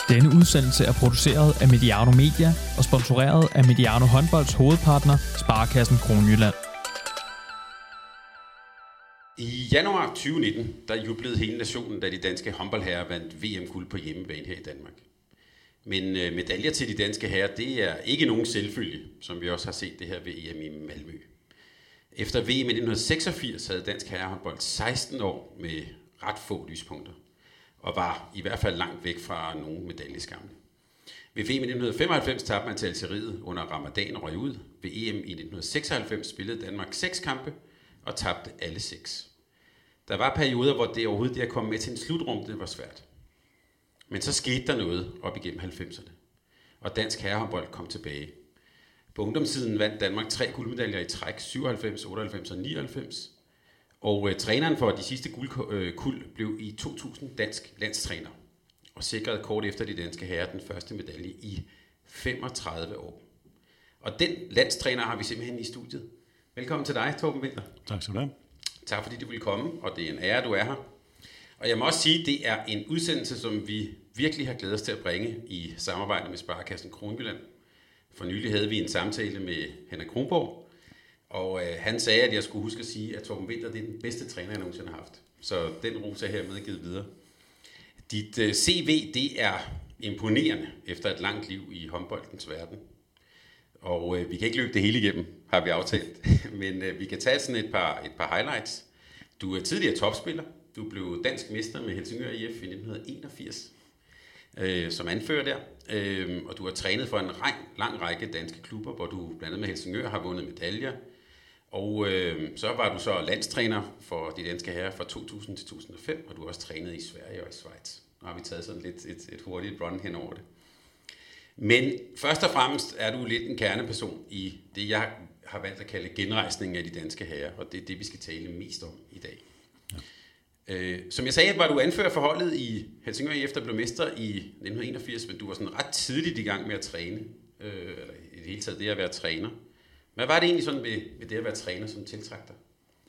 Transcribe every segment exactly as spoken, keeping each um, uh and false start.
Denne udsendelse er produceret af Mediano Media og sponsoreret af Mediano Håndbolds hovedpartner, Sparekassen Kronjylland. I januar tyve nitten, der jublede hele nationen, da de danske håndboldherrer vandt V M-guld på hjemmebane her i Danmark. Men medaljer til de danske herrer, det er ikke nogen selvfølge, som vi også har set det her ved E M i Malmø. Efter V M i nitten seksogfirs havde dansk herrehåndbold seksten år med ret få lyspunkter, og var i hvert fald langt væk fra nogen medaljeskamme. Ved V M i nitten femoghalvfems tabte man til Algeriet under Ramadan røg ud. Ved E M i nitten seksoghalvfems spillede Danmark seks kampe og tabte alle seks. Der var perioder, hvor det overhovedet det at komme med til en slutrum, det var svært. Men så skete der noget op igennem halvfemserne, og dansk herrehåndbold kom tilbage. På ungdomssiden vandt Danmark tre guldmedaljer i træk, syvoghalvfems, otteoghalvfems og nioghalvfems. Og øh, træneren for de sidste guldkuld øh, blev i to tusind dansk landstræner, og sikrede kort efter de danske herrer den første medalje i femogtredive år. Og den landstræner har vi simpelthen i studiet. Velkommen til dig, Torben Winther. Tak skal du have. Tak fordi du vil komme, og det er en ære, du er her. Og jeg må også sige, at det er en udsendelse, som vi virkelig har glædet os til at bringe i samarbejde med Sparekassen Kronjylland. For nylig havde vi en samtale med Henrik Kronborg, og øh, han sagde, at jeg skulle huske at sige, at Torben Winther det er den bedste træner, jeg nogensinde har haft. Så den ros er hermed givet videre. Dit øh, C V, det er imponerende efter et langt liv i håndboldens verden. Og øh, vi kan ikke løbe det hele igennem, har vi aftalt. Men øh, vi kan tage sådan et par, et par highlights. Du er tidligere topspiller. Du blev dansk mester med Helsingør I F i nitten enogfirs, øh, som anfører der. Øh, og du har trænet for en lang, lang række danske klubber, hvor du blandt andet med Helsingør har vundet medaljer. Og øh, så var du så landstræner for de danske herrer fra to tusind til to tusind og fem, og du har også trænet i Sverige og i Schweiz. Nu har vi taget sådan lidt et, et hurtigt run hen over det. Men først og fremmest er du lidt en kerneperson i det, jeg har valgt at kalde genrejsningen af de danske herrer, og det er det, vi skal tale mest om i dag. Ja. Øh, som jeg sagde, var du anfører for holdet i Helsingør I F, der blev mester i nitten enogfirs, men du var sådan ret tidligt i gang med at træne, øh, eller i det hele taget det at være træner. Hvad var det egentlig sådan ved, ved det at være træner, som tiltrak dig?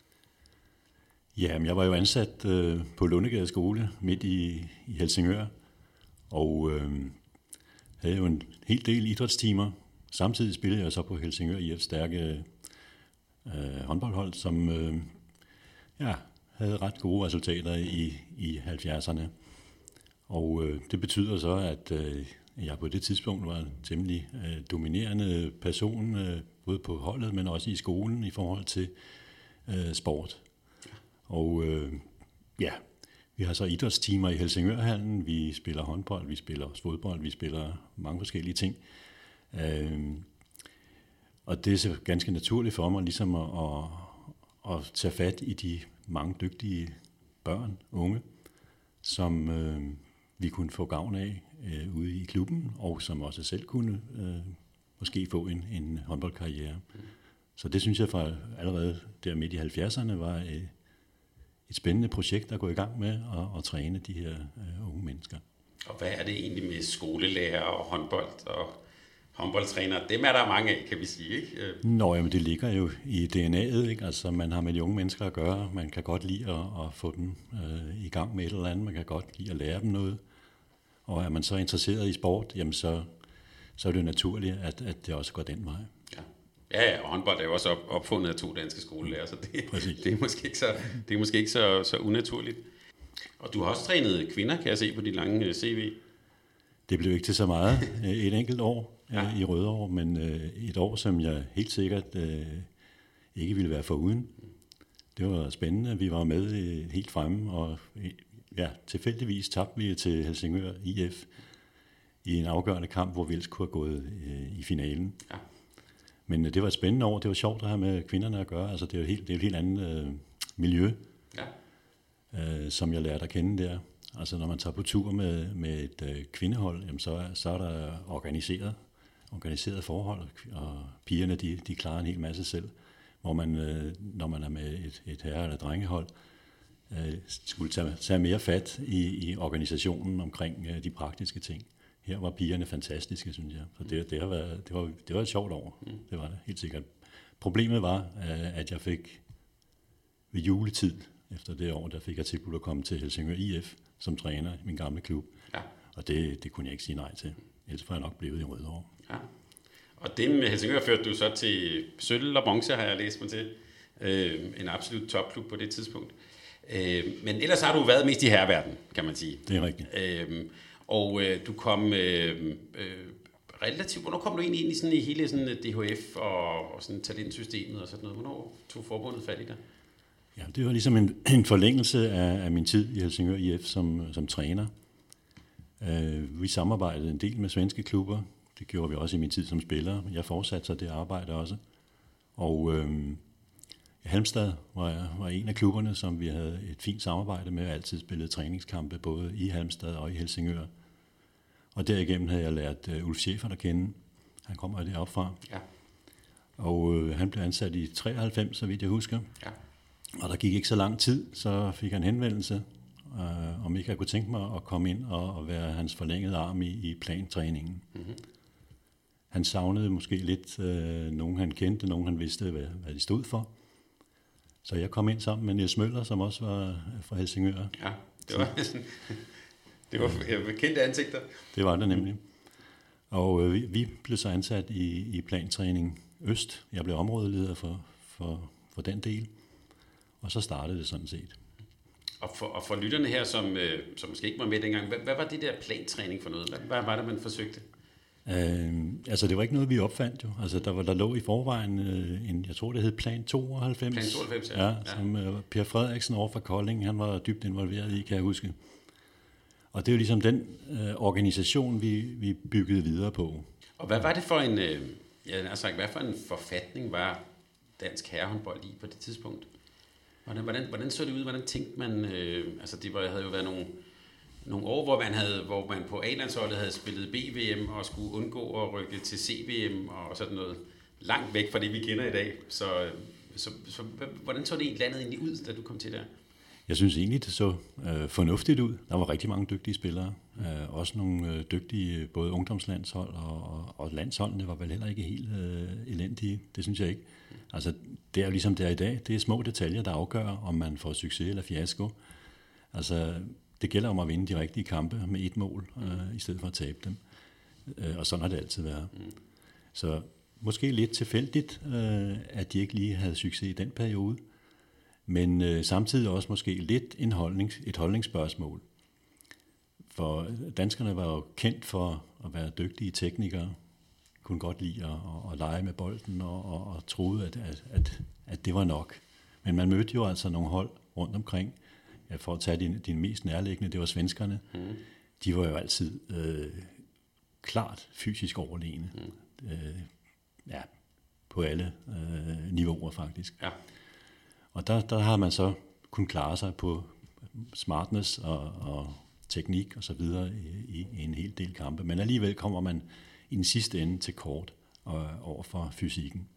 Jamen, jeg var jo ansat øh, på Lundegade skole midt i, i Helsingør, og øh, havde jo en hel del idrætstimer. Samtidig spillede jeg så på Helsingør I F's stærke øh, håndboldhold, som øh, ja, havde ret gode resultater i, i halvfjerdserne. Og øh, det betyder så, at øh, jeg på det tidspunkt var en temmelig øh, dominerende person, øh, både på holdet, men også i skolen i forhold til øh, sport. Og øh, ja, vi har så idrætstimer i Helsingørhallen, vi spiller håndbold, vi spiller fodbold, vi spiller mange forskellige ting. Øh, og det er så ganske naturligt for mig ligesom at, at, at tage fat i de mange dygtige børn, unge, som øh, vi kunne få gavn af øh, ude i klubben, og som også selv kunne øh, måske få en, en håndboldkarriere. Mm. Så det synes jeg fra allerede der midt i halvfjerdserne var øh, et spændende projekt at gå i gang med at, at træne de her øh, unge mennesker. Og hvad er det egentlig med skolelærer og håndbold og håndboldtræner? Dem er der mange af, kan vi sige, ikke? Nå, jamen det ligger jo i D N A'et, ikke? Altså man har med de unge mennesker at gøre. Man kan godt lide at, at få dem øh, i gang med et eller andet. Man kan godt lide at lære dem noget. Og er man så interesseret i sport, jamen så, så er det jo naturligt, at, at det også går den vej. Ja. Ja, ja, og håndbold er jo også op, opfundet af to danske skolelærer, så det, det er måske ikke, så, det er måske ikke så, så unaturligt. Og du har også trænet kvinder, kan jeg se på dit lange C V. Det blev ikke til så meget. Et enkelt år ja. i Rødovre, men et år, som jeg helt sikkert ikke ville være foruden. Det var spændende. Vi var med helt fremme, og ja, tilfældigvis tabte vi til Helsingør I F i en afgørende kamp, hvor vi ellers kunne have gået i finalen. Ja. Men det var et spændende år. Det var sjovt at have med kvinderne at gøre. Altså, det er jo helt, det er et helt andet øh, miljø, ja. øh, som jeg lærte at kende der. Altså, når man tager på tur med, med et øh, kvindehold, jamen, så, så er der organiseret, organiseret forhold, og pigerne, de, de klarer en hel masse selv. Hvor man, øh, når man er med et, et herre- eller drengehold, øh, skulle tage, tage mere fat i, i organisationen omkring øh, de praktiske ting. Her var pigerne fantastiske, synes jeg. Så det, det, har været, det, var, det var et sjovt år. Mm. Det var det, helt sikkert. Problemet var, at jeg fik ved juletid, efter det år, der fik jeg tilbudt at komme til Helsingør I F som træner i min gamle klub. Ja. Og det, det kunne jeg ikke sige nej til. Ellers var jeg nok blevet i Rødovre. Ja. Og det med Helsingør førte du så til sølv og bronze, har jeg læst mig til. Øh, en absolut topklub på det tidspunkt. Øh, men ellers har du været mest i herreverdenen, kan man sige. Det er rigtigt. Øh, og øh, du kom øh, øh, relativt... Hvornår kom du egentlig ind i, sådan, i hele sådan D H F og, og sådan talentsystemet og sådan noget? Hvornår tog forbundet fat i dig? Ja, det var ligesom en, en forlængelse af, af min tid i Helsingør I F som, som træner. Øh, vi samarbejdede en del med svenske klubber. Det gjorde vi også i min tid som spiller. Jeg fortsatte så det arbejde også. Og øh, Halmstad var, var en af klubberne, som vi havde et fint samarbejde med, og altid spillede træningskampe både i Halmstad og i Helsingør. Og derigennem havde jeg lært uh, Ulf Schäfer at kende. Han kommer deroppe fra. Ja. Og uh, han blev ansat i treoghalvfems, så vidt jeg husker. Ja. Og der gik ikke så lang tid, så fik han henvendelse, uh, om ikke jeg kunne tænke mig at komme ind og, og være hans forlængede arm i, i plantræningen. Mm-hmm. Han savnede måske lidt uh, nogen, han kendte, nogen han vidste, hvad, hvad de stod for. Så jeg kom ind sammen med Niels Møller, som også var fra Helsingør. Ja, det var sådan, det var kendte ansigter. Det var det nemlig. Og øh, vi, vi blev så ansat i, i plantræning Øst. Jeg blev områdeleder for, for, for den del. Og så startede det sådan set. Og for, og for lytterne her, som, øh, som måske ikke var med dengang, hvad, hvad var det der plantræning for noget? Hvad, hvad var det, man forsøgte? Øh, altså det var ikke noget, vi opfandt jo. Altså der, var, der lå i forvejen øh, en, jeg tror det hed Plan tooghalvfems. Plan tooghalvfems, ja. Ja, ja. som øh, Per Frederiksen over fra Kolding, han var dybt involveret i, kan jeg huske. Og det er jo ligesom den øh, organisation, vi, vi byggede videre på. Og hvad var det for en, øh, jeg har sagt, hvad for en forfatning var dansk herrehåndbold i på det tidspunkt? Hvordan, hvordan, hvordan så det ud? Hvordan tænkte man? Øh, altså det var, havde jo været nogle, nogle år, hvor man, havde, hvor man på A-landsholdet havde spillet B V M og skulle undgå at rykke til C V M og sådan noget langt væk fra det, vi kender i dag. Så, så, så hvordan så det landet egentlig ud, da du kom til der? Jeg synes egentlig, det så øh, fornuftigt ud. Der var rigtig mange dygtige spillere. Øh, også nogle øh, dygtige, både ungdomslandshold og, og, og landsholdene var vel heller ikke helt øh, elendige. Det synes jeg ikke. Altså, det er jo ligesom det er i dag. Det er små detaljer, der afgør, om man får succes eller fiasko. Altså, det gælder om at vinde de rigtige kampe med et mål, øh, i stedet for at tabe dem. Øh, og sådan har det altid været. Mm. Så måske lidt tilfældigt, øh, at de ikke lige havde succes i den periode. Men øh, samtidig også måske lidt en holdning, et holdningsspørgsmål. For danskerne var jo kendt for at være dygtige teknikere, kunne godt lide at, at, at lege med bolden og, og, og troede, at, at, at, at det var nok. Men man mødte jo altså nogle hold rundt omkring. Ja, for at tage dine, dine mest nærliggende, det var svenskerne. Mm. De var jo altid øh, klart fysisk overlegne. Mm. Øh, ja, på alle øh, niveauer faktisk. Ja. Og der, der har man så kunnet klare sig på smartness og, og teknik og så videre i, i en hel del kampe. Men alligevel kommer man i den sidste ende til kort og, over for fysikken.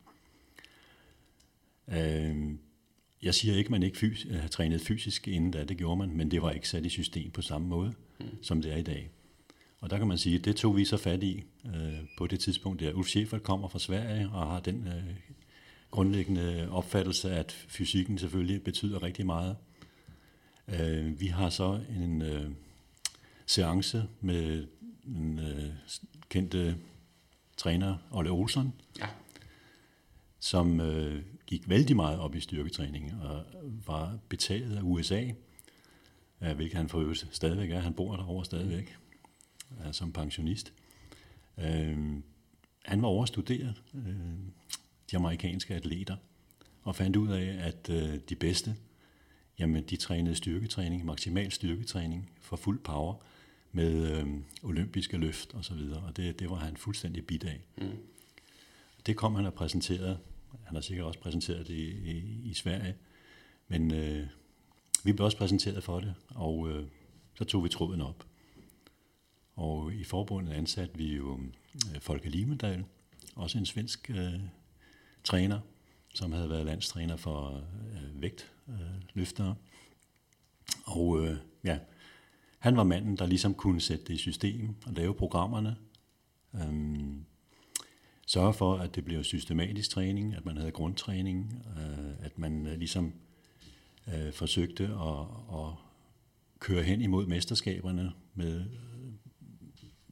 Øh, jeg siger ikke, at man ikke fys- har trænet fysisk inden da, det gjorde man, men det var ikke sat i system på samme måde, mm. som det er i dag. Og der kan man sige, at det tog vi så fat i øh, på det tidspunkt der. Ulf Schäfer kommer fra Sverige og har den øh, grundlæggende opfattelse, at fysikken selvfølgelig betyder rigtig meget. Øh, vi har så en øh, seance med en øh, kendte træner, Olle Olsson, ja. som øh, gik vældig meget op i styrketræning og var betaget af U S A, øh, hvilket han for øvrigt stadigvæk er. Han bor derovre stadigvæk øh, som pensionist. Øh, han var over at studere øh, de amerikanske atleter, og fandt ud af, at øh, de bedste, jamen de trænede styrketræning, maksimal styrketræning for fuld power, med øh, olympiske løft og så videre, og det, det var han fuldstændig bit af. Mm. Det kom han og præsenterede, han har sikkert også præsenteret det i, i, i Sverige, men øh, vi blev også præsenteret for det, og øh, så tog vi tråden op. Og i forbundet ansatte vi jo øh, Folke Limendal, også en svensk øh, træner, som havde været landstræner for øh, vægtløftere. Øh, og øh, ja, han var manden, der ligesom kunne sætte det i system og lave programmerne. Øhm, sørge for, at det blev systematisk træning, at man havde grundtræning, øh, at man øh, ligesom øh, forsøgte at, at køre hen imod mesterskaberne med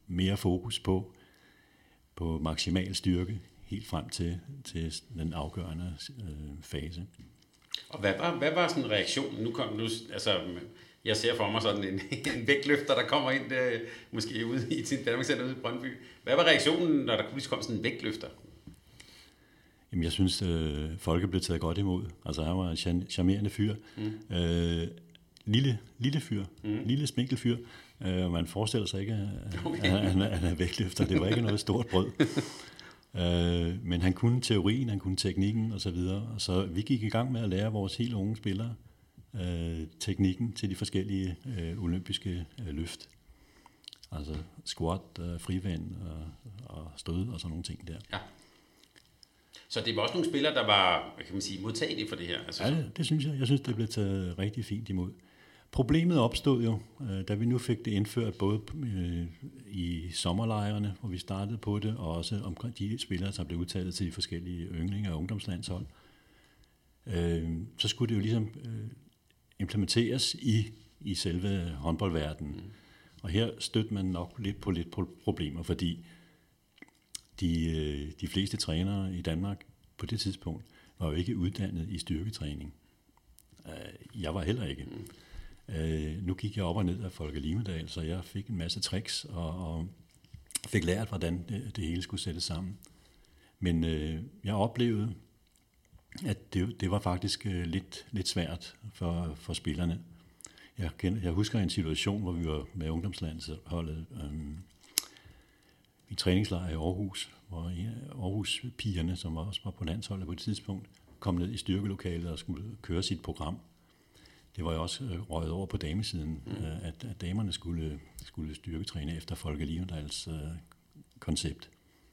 mere fokus på, på maksimal styrke, helt frem til, til den afgørende øh, fase. Og hvad var, hvad var sådan reaktionen? Nu kom nu, altså, jeg ser for mig sådan en, en vægtløfter, der kommer ind, der, måske ude i sin Danmarkscenter ude i Brøndby. Hvad var reaktionen, når der pludselig kom sådan en vægtløfter? Jamen, jeg synes, øh, Folke blev taget godt imod. Altså, han var en charmerende fyr. Mm. Øh, lille, lille fyr. Mm. Lille spinkel fyr. Øh, man forestiller sig ikke, at okay. han, han er vægtløfter. Det var ikke noget stort brød. øh, men han kunne teorien, han kunne teknikken og så videre. Og så vi gik i gang med at lære vores helt unge spillere øh, teknikken til de forskellige øh, olympiske øh, løft. Altså squat, øh, frivand og, og stød og sådan nogle ting der. Ja. Så det var også nogle spillere, der var, hvad kan man sige, modtagelige for det her? Altså, ja, det, det synes jeg. Jeg synes, det blev taget rigtig fint imod. Problemet opstod jo, da vi nu fik det indført både i sommerlejrene, hvor vi startede på det, og også omkring de spillere, der blev udtaget til de forskellige yndlinge og ungdomslandshold. Så skulle det jo ligesom implementeres i, i selve håndboldverdenen. Mm. Og her stødte man nok lidt på lidt problemer, fordi de, de fleste trænere i Danmark på det tidspunkt var jo ikke uddannet i styrketræning. Jeg var heller ikke. Mm. Uh, nu gik jeg op og ned af Folke Limedal, så jeg fik en masse tricks og, og fik lært, hvordan det, det hele skulle sættes sammen. Men uh, jeg oplevede, at det, det var faktisk uh, lidt, lidt svært for, for spillerne. Jeg, kender, jeg husker en situation, hvor vi var med ungdomslandsholdet um, i træningslejr i Aarhus, hvor Aarhus-pigerne, som også var på landsholdet på et tidspunkt, kom ned i styrkelokalet og skulle køre sit program. Det var jo også røget over på damesiden, mm. at, at damerne skulle, skulle styrketræne efter Folke Limedals uh, koncept.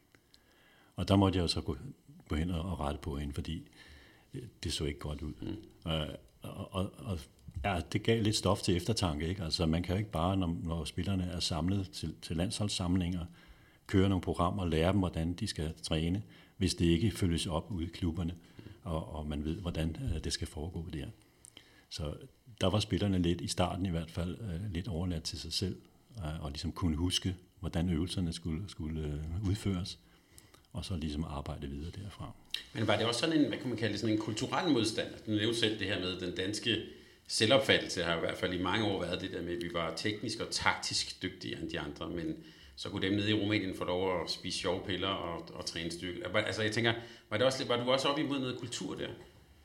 Og der måtte jeg jo så gå, gå hen og rette på hende, fordi det, det så ikke godt ud. Mm. Uh, og, og, og ja, det gav lidt stof til eftertanke, ikke? Altså man kan jo ikke bare, når, når spillerne er samlet til, til landsholdssamlinger, køre nogle programmer og lære dem, hvordan de skal træne, hvis det ikke følges op ude i klubberne, mm. og, og man ved, hvordan uh, det skal foregå der. Så der var spillerne lidt, i starten i hvert fald, uh, lidt overladt til sig selv, uh, og ligesom kunne huske, hvordan øvelserne skulle, skulle uh, udføres, og så ligesom arbejde videre derfra. Men var det også sådan en, hvad kan man kalde det, sådan en kulturel modstand? Du nævnte selv det her med, den danske selvopfattelse har i hvert fald i mange år været det der med, at vi var teknisk og taktisk dygtigere end de andre, men så kunne dem nede i Rumænien få lov at spise sjove piller og, og træne styrke. Altså jeg tænker, var, det også, var du også oppe imod noget kultur der?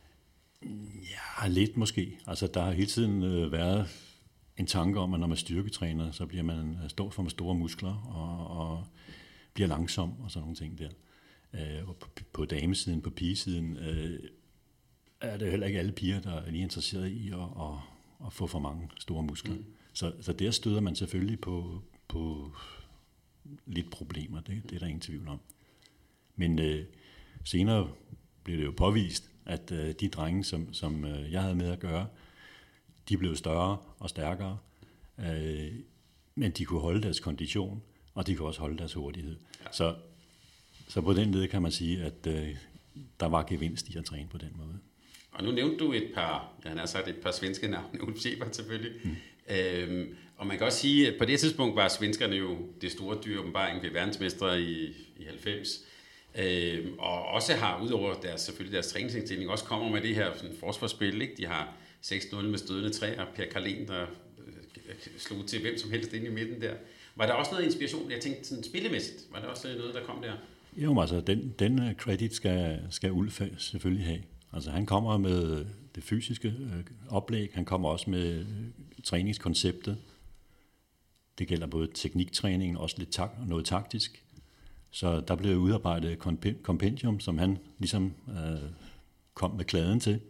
Ja, lidt måske. Altså, der har hele tiden øh, været en tanke om, at når man styrketræner, så bliver man stor for med store muskler og, og bliver langsom og sådan nogle ting der. Øh, og på, på damesiden, på pigesiden, øh, er det heller ikke alle piger, der er lige interesseret i at, at, at få for mange store muskler. Mm. Så, så der støder man selvfølgelig på, på lidt problemer, det, det er der ingen tvivl om. Men øh, senere blev det jo påvist, at øh, de drenge, som, som øh, jeg havde med at gøre, de blev større og stærkere, øh, men de kunne holde deres kondition, og de kunne også holde deres hurtighed. Ja. Så, så på den led kan man sige, at øh, der var gevinst i at træne på den måde. Og nu nævnte du et par, ja, han har sagt et par svenske navne, Ulf Schäfer selvfølgelig. Mm. Øhm, og man kan også sige, at på det tidspunkt var svenskerne jo det store dyr, åbenbaring ved verdensmestre i, i halvfems. Øhm, og også har, udover deres, selvfølgelig deres træningsindstilling, også kommer med det her sådan, forsvarsspil. Ikke? De har seks nul med stødende træer, Per Carlén, der øh, slog til hvem som helst inde i midten der. Var der også noget inspiration, jeg tænkte sådan spillemæssigt? Var der også noget, der kom der? Jo, altså den, den credit skal, skal Ulf selvfølgelig have. Altså han kommer med det fysiske øh, oplæg, han kommer også med øh, træningskonceptet. Det gælder både tekniktræningen og også lidt tak- noget taktisk. Så der blev udarbejdet et kompendium, som han ligesom øh, kom med kladen til.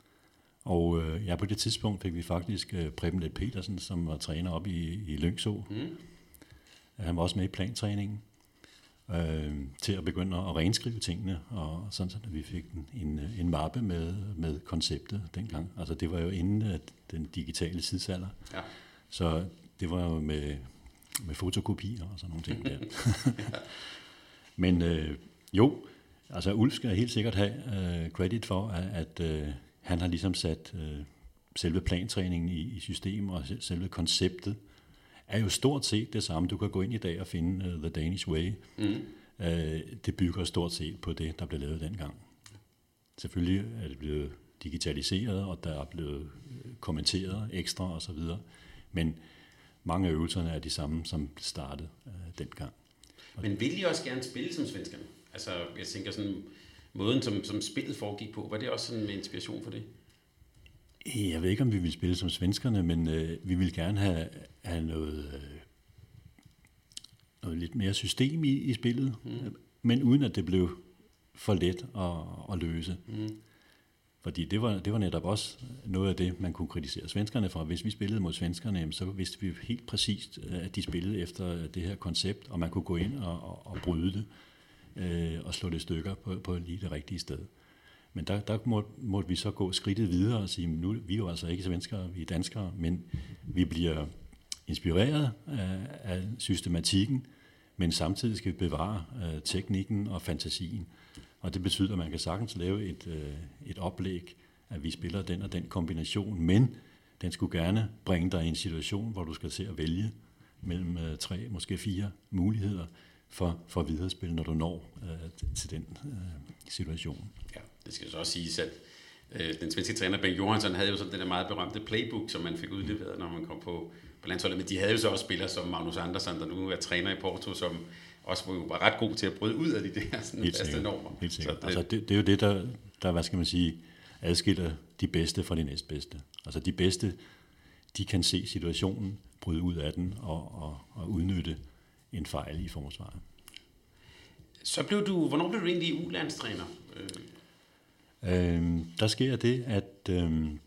Og øh, ja, på det tidspunkt fik vi faktisk øh, Preben Leth Petersen, som var træner op i, i Lyngså. Mm. Han var også med i plantræningen øh, til at begynde at renskrive tingene, og sådan at vi fik en, en, en mappe med, med konceptet dengang. Altså det var jo inden at den digitale tidsalder. Ja. Så det var jo med, med fotokopier og sådan nogle ting der. Ja. Men øh, jo, altså Ulf skal helt sikkert have øh, credit for, at, at øh, han har ligesom sat øh, selve plantræningen i, i system, og selve konceptet er jo stort set det samme. Du kan gå ind i dag og finde uh, The Danish Way. Mm. Uh, det bygger stort set på det, der blev lavet dengang. Selvfølgelig er det blevet digitaliseret, og der er blevet kommenteret ekstra og så videre. Men mange af øvelserne er de samme, som startede uh, dengang. Men vil I også gerne spille som svenskerne? Altså, jeg tænker sådan, måden som, som spillet foregik på, var det også sådan en inspiration for det? Jeg ved ikke, om vi vil spille som svenskerne, men øh, vi vil gerne have, have noget, øh, noget lidt mere system i, i spillet, mm. men uden at det blev for let at, at løse. Mm. Fordi det var, det var netop også noget af det, man kunne kritisere svenskerne for. Hvis vi spillede mod svenskerne, så vidste vi helt præcist, at de spillede efter det her koncept, og man kunne gå ind og, og, og bryde det, øh, og slå det stykker på, på lige det rigtige sted. Men der, der måtte, måtte vi så gå skridtet videre og sige, nu vi er jo altså ikke svenskere, vi er danskere, men vi bliver inspireret af, af systematikken, men samtidig skal vi bevare uh, teknikken og fantasien. Og det betyder, at man kan sagtens lave et, uh, et oplæg, at vi spiller den og den kombination, men den skulle gerne bringe dig i en situation, hvor du skal se at vælge mellem uh, tre, måske fire muligheder for, for viderespil, når du når uh, til den uh, situation. Ja, det skal så også siges, at øh, den svenske træner Ben Johansson havde jo sådan den der meget berømte playbook, som man fik udleveret, når man kom på, på landsholdet. Men de havde jo så også spillere som Magnus Andersson, der nu er træner i Porto, som også var, jo var ret god til at bryde ud af de der sådan, faste normer. Helt sikkert. Så det, altså det, det er jo det, der, der, hvad skal man sige, adskiller de bedste fra de næstbedste. Altså de bedste, de kan se situationen, bryde ud af den og, og, og udnytte en fejl i forsvaret. Så blev du, hvornår blev du egentlig U-landstræner? Øhm, der sker det, at øhm,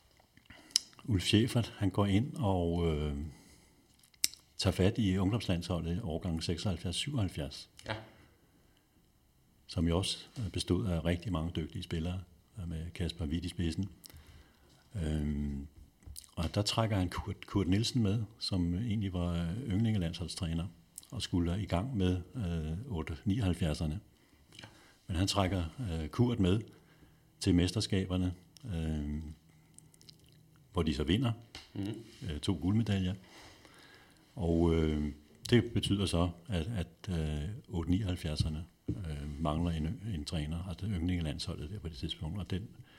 Ulf Schäfert, han går ind og øh, tager fat i ungdomslandsholdet i årgang seksoghalvfjerds syvoghalvfjerds. Ja. Som jo også bestod af rigtig mange dygtige spillere, med Kasper Hvidt i spidsen. Øhm, og der trækker han Kurt, Kurt Nielsen med, som egentlig var ynglingelandsholdstræner, og skulle i gang med øh, otte nioghalvfjerdserne. Ja. Men han trækker øh, Kurt med til mesterskaberne, øh, hvor de så vinder mm. øh, to guldmedaljer. Og øh, det betyder så, at, at øh, otte nioghalvfjerdserne øh, mangler en, en træner, altså yndlingelandsholdet der på det tidspunkt, og den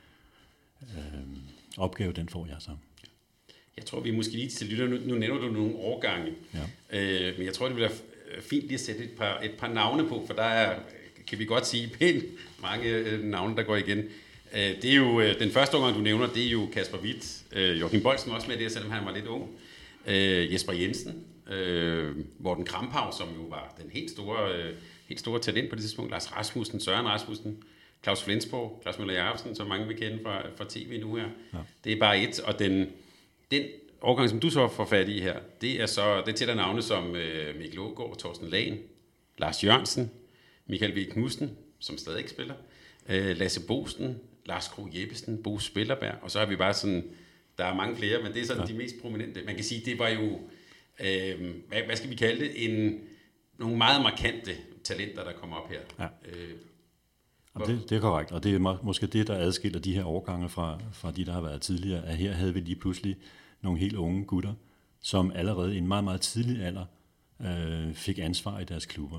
øh, opgave, den får jeg så. Jeg tror, vi måske lige til lytter, nu, nu nævner du nogle årgange, ja. øh, men jeg tror, det bliver fint lige at sætte et par, et par navne på, for der er, kan vi godt sige, pænt mange øh, navne, der går igen. Øh, det er jo, øh, den første årgang, du nævner, det er jo Kasper Hvidt, øh, Joachim Boldsen også med det, selvom han var lidt ung, øh, Jesper Jensen, øh, Morten Kramphav, som jo var den helt store, øh, helt store talent på det tidspunkt, Lars Rasmussen, Søren Rasmussen, Claus Flensborg, Claus Møller Jacobsen, som mange vil kende fra, fra tv nu her. Ja. Det er bare et, og den, den årgang, som du så får fat i her, det er så det er til der navne som øh, Mikkel Aagaard, Torsten Lahn, Lars Jørgensen, Michael V. Knudsen, som stadig ikke spiller, øh, Lasse Bosten, Lars Krog Jeppesen, Bo Spillerberg, og så har vi bare sådan, der er mange flere, men det er sådan ja. de mest prominente. Man kan sige, det var jo, øh, hvad, hvad skal vi kalde det, en, nogle meget markante talenter, der kommer op her. Ja. Øh, og det, det er korrekt, og det er må, måske det, der adskiller de her årgange fra, fra de, der har været tidligere, at her havde vi lige pludselig nogle helt unge gutter, som allerede i en meget, meget tidlig alder øh, fik ansvar i deres klubber.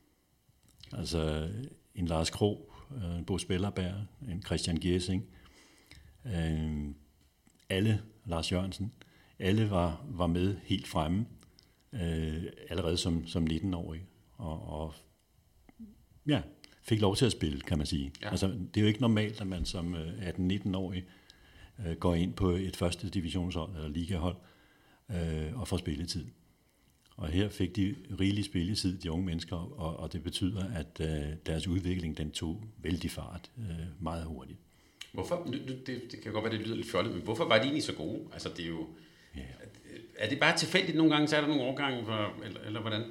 Altså en Lars Krog, øh, en Bo Spillerberg, en Christian Gjesing, øh, alle, Lars Jørgensen, alle var, var med helt fremme, øh, allerede som, som nitten-årige, og, og ja, fik lov til at spille, kan man sige. Ja. Altså, det er jo ikke normalt, at man som atten-nitten-årig øh, går ind på et første divisionshold eller ligahold øh, og får spilletid. Og her fik de rigelig spilletid, de unge mennesker, og, og det betyder, at øh, deres udvikling, den tog vældig fart øh, meget hurtigt. Hvorfor? Det, det kan godt være, det lyder lidt fjollet, men hvorfor var de egentlig så gode? Altså, det er jo... Ja. Er det bare tilfældigt nogle gange, så er der nogle årgange, for, eller, eller hvordan?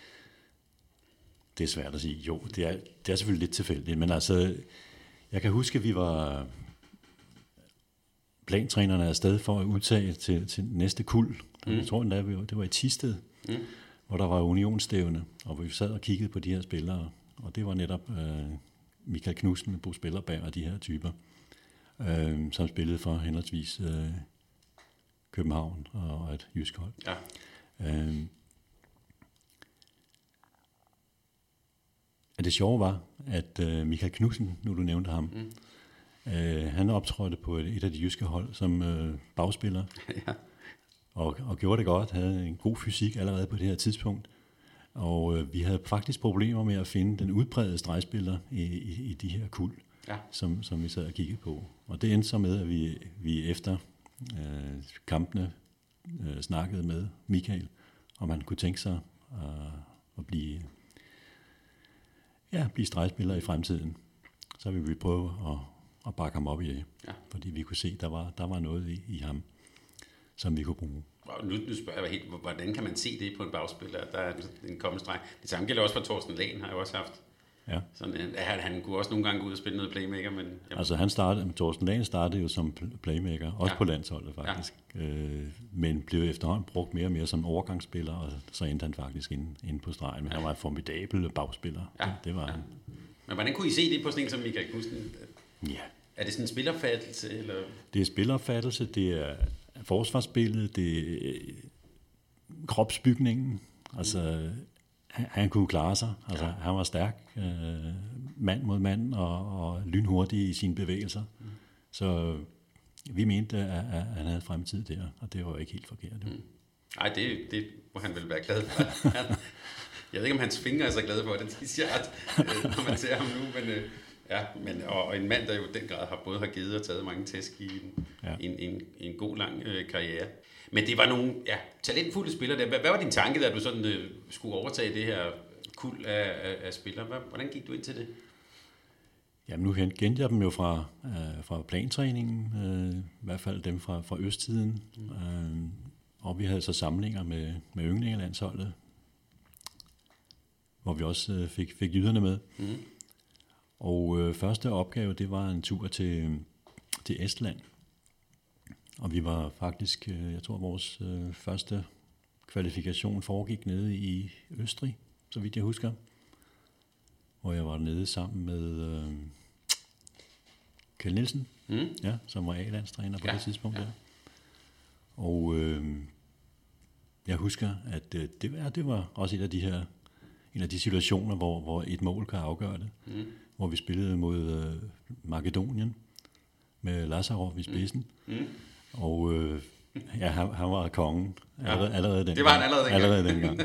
Det er svært at sige. Jo, det er, det er selvfølgelig lidt tilfældigt, men altså, jeg kan huske, at vi var plantrænerne afsted for at udtage til, til næste kuld. Mm. Jeg tror endda, det var i Thisted, mm. hvor der var unionsstævne, og vi sad og kiggede på de her spillere, og det var netop øh, Michael Knudsen, Bo Spillerberg og de her typer, øh, som spillede for henholdsvis øh, København og et jysk hold. Ja. Øh, det sjove var, at øh, Michael Knudsen, nu du nævnte ham, mm. øh, han optrådte på et, et af de jyske hold som øh, bagspiller, ja. og, og gjorde det godt, havde en god fysik allerede på det her tidspunkt. Og øh, vi havde faktisk problemer med at finde den udbredte stregspiller i, i, i de her kuld, ja. som, som vi sad og kiggede på. Og det endte så med, at vi, vi efter øh, kampene øh, snakkede med Michael, om han kunne tænke sig øh, at blive, ja, blive stregspiller i fremtiden. Så ville vi prøve at, at bakke ham op i det, ja. fordi vi kunne se, at der var, der var noget i, i ham, som vi kunne bruge. Og nu, nu spørger jeg helt, hvordan kan man se det på en bagspiller? Der er en kommende streg. Det samme gælder også for Torsten Lahn, har jeg også haft. Ja. Sådan, han, han kunne også nogle gange gå ud og spille noget playmaker. Men, ja. Altså han startede, Torsten Lahn startede jo som playmaker, også ja. på landsholdet faktisk. Ja. Øh, men blev efterhånden brugt mere og mere som overgangsspiller, og så endte han faktisk inde, inde på stregen. Men ja. han var en formidabel bagspiller. Ja. Det, det var ja. han. Men hvordan kunne I se det på sådan en som Michael Knudsen? Ja. Er det sådan en spillerfattelse? Eller? Det er spillerfattelse, det er forsvarsspillet, det er kropsbygningen. Altså, han, han kunne klare sig. Altså, ja. Han var stærk, øh, mand mod mand, og, og lynhurtig i sine bevægelser. Mm. Så vi mente, at, at han havde fremtid der, og det var ikke helt forkert. Nej, mm. det, det må han vel være glad for. Jeg ved ikke, om hans fingre er så glade for det, de siger, at, når man ser ham nu, men... Ja, men, og, og en mand, der jo den grad har både har givet og taget mange tæsk i en, ja. en, en, en god lang øh, karriere. Men det var nogle ja, talentfulde spillere der. Hvad, hvad var din tanke, da du sådan øh, skulle overtage det her kuld af, af, af spillere? Hvad, hvordan gik du ind til det? Jamen nu kendte jeg dem jo fra, øh, fra plantræningen, øh, i hvert fald dem fra, fra østtiden. Mm. Øh, og vi havde så samlinger med, med yndlingelandsholdet, hvor vi også øh, fik, fik jyderne med. Mm. Og øh, første opgave, det var en tur til, til Estland. Og vi var faktisk, øh, jeg tror, vores øh, første kvalifikation foregik nede i Østrig, så vidt jeg husker. Hvor jeg var nede sammen med øh, Kjeld Nielsen, mm. ja, som var A-landstræner på ja, det tidspunkt. Ja. Der. Og øh, jeg husker, at øh, det, ja, det var også et af de her, en af de situationer, hvor, hvor et mål kan afgøre det. Mm. Hvor vi spillede mod øh, Makedonien med Lazarov i spidsen. Mm. Mm. Og øh, ja, han, han var kongen allerede, ja. allerede den Det var han allerede dengang. Allerede dengang.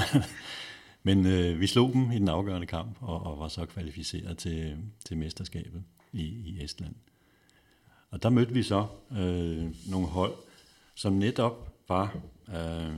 Men øh, vi slog dem i den afgørende kamp, og, og var så kvalificeret til, til mesterskabet i, i Estland. Og der mødte vi så øh, nogle hold, som netop var øh,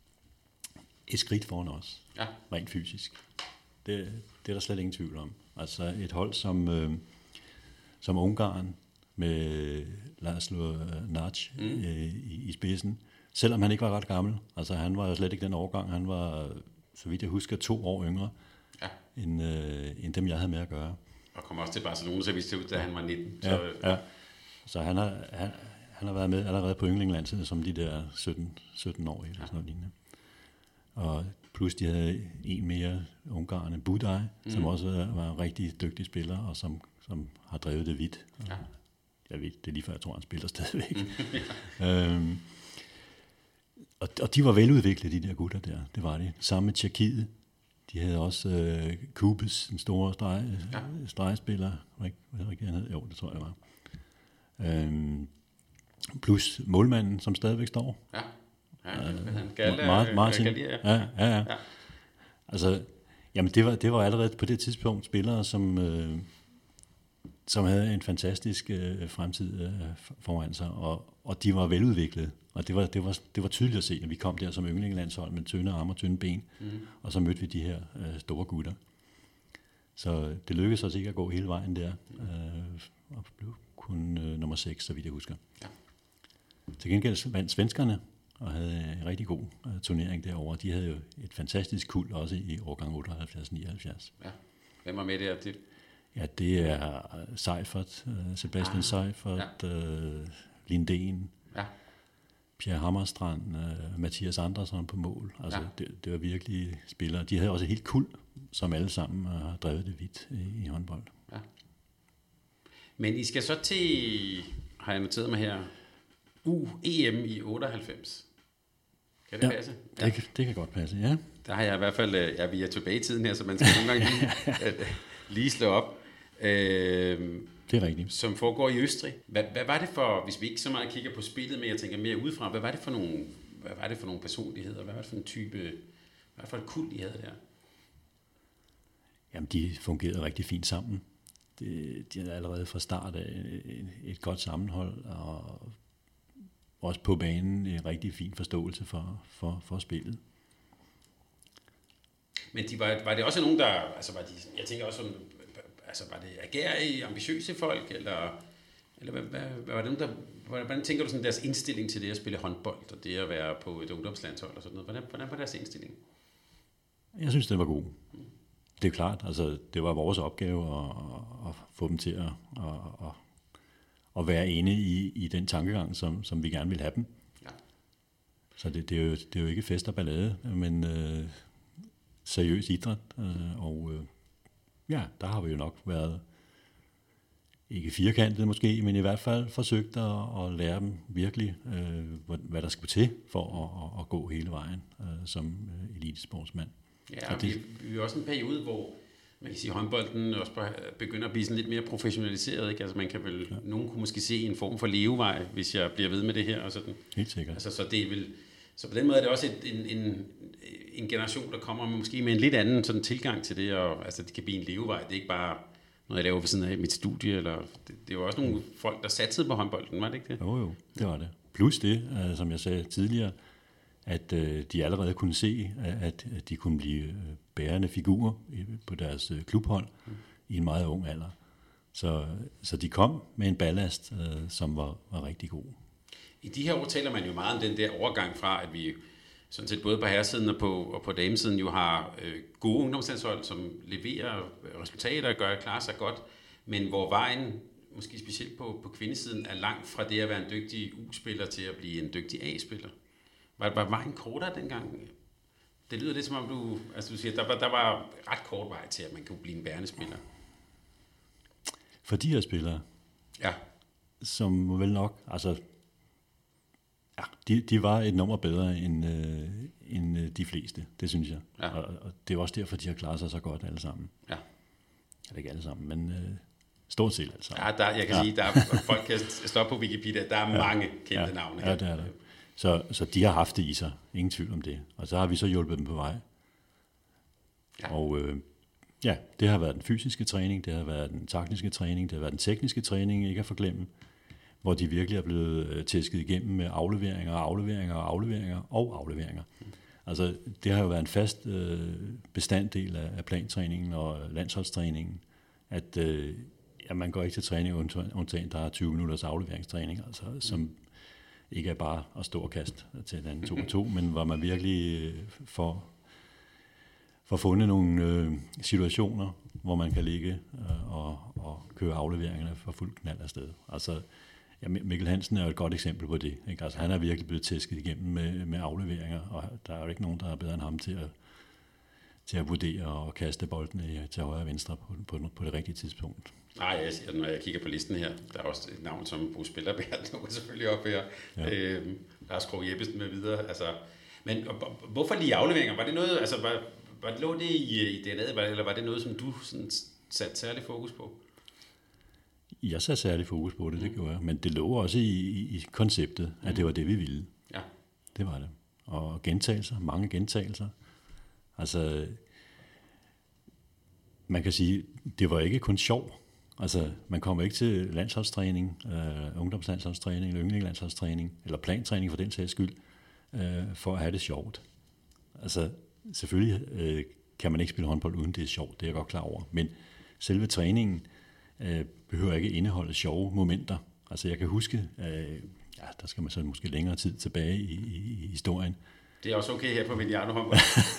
et skridt foran os, ja. rent fysisk. Det, det er der slet ingen tvivl om. Altså et hold som, øh, som Ungarn med Laszlo Nagy mm. øh, i, i spidsen, selvom han ikke var ret gammel. Altså han var jo slet ikke den årgang. Han var, så vidt jeg husker, to år yngre ja. end, øh, end dem, jeg havde med at gøre. Og kom også til Barcelona, så viste det ud, da han var nitten. Ja, så, ja. så han, har, han, han har været med allerede på yndlingelandsholdet som de der sytten år eller ja. sådan noget lignende. Og plus de havde en mere ungarerne, Budaj, mm. som også var en rigtig dygtig spiller, og som, som har drevet det vidt. Ja. Jeg ved, det er lige før, jeg tror, han spiller stadigvæk. Mm. øhm, og, og de var veludviklede, de der gutter der. Det var de. Samme med Tjekkiet. De havde også øh, Kubis, den store streg, ja. stregspiller. Hvad er det, han hed? Jo, det tror jeg var. Øhm, plus målmanden, som stadigvæk står. Ja. Ja, Galle, Martin, Martin. Galle, ja. Ja, ja, ja. ja. Altså, jamen det var, det var allerede på det tidspunkt spillere, som, øh, som havde en fantastisk øh, fremtid øh, foran sig, og, og de var veludviklede. Og det var, det, var, det var tydeligt at se, når vi kom der som yndlingelandshold med tynde arme og tynde ben, mm. og så mødte vi de her øh, store gutter. Så det lykkedes os ikke at gå hele vejen der, øh, og blev kun øh, nummer seks, så vidt jeg husker. Ja. Til gengæld vandt svenskerne, og havde en rigtig god uh, turnering derovre. De havde jo et fantastisk kuld også i årgang otteoghalvfjerds nioghalvfjerds. Ja. Hvem var med der? Det... Ja, det er Seifert, uh, Sebastian ah, Seifert, ja. uh, Lindén, ja. Pierre Hammerstrand, uh, Mathias Andersson på mål. Altså, ja. det, det var virkelig spillere. De havde også et helt kuld, som alle sammen har uh, drevet det vidt i, i håndbold. Ja. Men I skal så til, har jeg noteret mig her, U E M i otteoghalvfems. Kan det ja, passe? Ja, det, det kan godt passe, ja. Der har jeg i hvert fald, ja, vi er tilbage i tiden her, så man skal nogle gange lige, lige slå op. Øh, det er rigtigt. Som foregår i Østrig. Hvad, hvad var det for, hvis vi ikke så meget kigger på spillet, men jeg tænker mere udefra, hvad var det for nogle, hvad var det for nogle personligheder, hvad var det for en type, hvad var det for et kult, de havde der? Jamen, de fungerede rigtig fint sammen. De, de havde allerede fra start af et, et godt sammenhold, og også på banen en rigtig fin forståelse for, for, for spillet. Men de var, var det også nogen, der, altså var de, jeg tænker også, altså var det agerige, ambitiøse folk, eller, eller hvad, hvad, hvad var det nogen, der, hvordan tænker du sådan deres indstilling til det at spille håndbold, og det at være på et ungdomslandshold og sådan noget, hvordan, hvordan var deres indstilling? Jeg synes, det var god. Det er klart, altså det var vores opgave at, at få dem til at, at, at være inde i, i den tankegang, som, som vi gerne vil have dem. Ja. Så det, det, er jo, det er jo ikke fest og ballade, men øh, seriøs idræt, øh, og øh, ja, der har vi jo nok været, ikke firkantet måske, men i hvert fald forsøgt at, at lære dem virkelig, øh, hvad der skulle til for at, at gå hele vejen øh, som øh, elitesportsmand. Ja, og det, vi, vi er også en periode, hvor man kan sige, at håndbolden også begynder at blive sådan lidt mere professionaliseret. Ikke? Altså man kan vel, ja. Nogen kunne måske se en form for levevej, hvis jeg bliver ved med det her. Og sådan. Helt sikkert. Altså, så, det er vel, så på den måde er det også et, en, en, en generation, der kommer med, måske med en lidt anden sådan tilgang til det. Og, altså det kan blive en levevej. Det er ikke bare noget, jeg laver ved siden af mit studie. Eller, det, det var også nogle folk, der satsede på håndbolden, var det ikke det? Jo jo, det var det. Plus det, uh, som jeg sagde tidligere, at øh, de allerede kunne se, at, at de kunne blive øh, bærende figurer på deres øh, klubhold mm. i en meget ung alder. Så, så de kom med en ballast, øh, som var, var rigtig god. I de her år taler man jo meget om den der overgang fra, at vi sådan set både på herresiden og på, og på damesiden jo har øh, gode ungdomslandshold, som leverer resultater og gør klarer sig godt, men hvor vejen, måske specielt på, på kvindesiden, er langt fra det at være en dygtig U-spiller til at blive en dygtig A-spiller. Var, var vejen kortere dengang? Det lyder lidt som om du, altså du siger, der var, der var ret kort vej til, at man kunne blive en bærende spiller. For de her spillere, ja. Som vel nok, altså, ja, de, de var et nummer bedre end, øh, end de fleste, det synes jeg. Ja. Og, og det er også derfor, de har klaret sig så godt alle sammen. Ja. Eller ikke alle sammen, men øh, stort set alle sammen. Ja, der, jeg kan ja. sige, der er, folk kan stoppe på Wikipedia, der er ja. mange kendte ja. navne her. Ja, det er der. Så, så de har haft det i sig, ingen tvivl om det. Og så har vi så hjulpet dem på vej. Ja. Og øh, ja, det har været den fysiske træning, det har været den taktiske træning, det har været den tekniske træning, ikke at forglemme, hvor de virkelig er blevet øh, tæsket igennem med afleveringer, afleveringer, afleveringer og afleveringer. Mm. Altså, det har jo været en fast øh, bestanddel af, af plantræningen og landsholdstræningen, at øh, ja, man går ikke til træning undtagen, der er tyve minutters afleveringstræning, altså, som mm. ikke er bare at stå og kaste til den anden to og to, men hvor man virkelig får, får fundet nogle øh, situationer, hvor man kan ligge øh, og, og køre afleveringerne for fuld knald afsted. Altså, ja, Mikkel Hansen er jo et godt eksempel på det. Ikke? Altså, han er virkelig blevet tæsket igennem med, med afleveringer, og der er jo ikke nogen, der er bedre end ham til at, til at vurdere og kaste bolden til højre og venstre på, på, på det rigtige tidspunkt. Nej, jeg siger, når jeg kigger på listen her, der er også et navn som Bruce Spillerberg, der er selvfølgelig op her. Ja. Øhm, Lars Krog Jeppesen med videre. Altså, men og, og, hvorfor lige afleveringer? Var det noget, altså var, var det, lå det i, i D N A'et, eller var det noget, som du sådan, satte særlig fokus på? Jeg satte særlig fokus på det, det mm. gjorde jeg. Men det lå også i, i, i konceptet, at mm. det var det, vi ville. Ja. Det var det. Og gentagelser, mange gentagelser. Altså, man kan sige, det var ikke kun sjov. Altså, man kommer ikke til landsholdstræning, øh, ungdomslandsholdstræning, eller yndlingslandsholdstræning, eller plantræning for den sags skyld, øh, for at have det sjovt. Altså, selvfølgelig øh, kan man ikke spille håndbold, uden det er sjovt, det er jeg godt klar over. Men selve træningen øh, behøver ikke indeholde sjove momenter. Altså, jeg kan huske, øh, ja, der skal man så måske længere tid tilbage i, i, i historien. Det er også okay her på Mediano håndbold.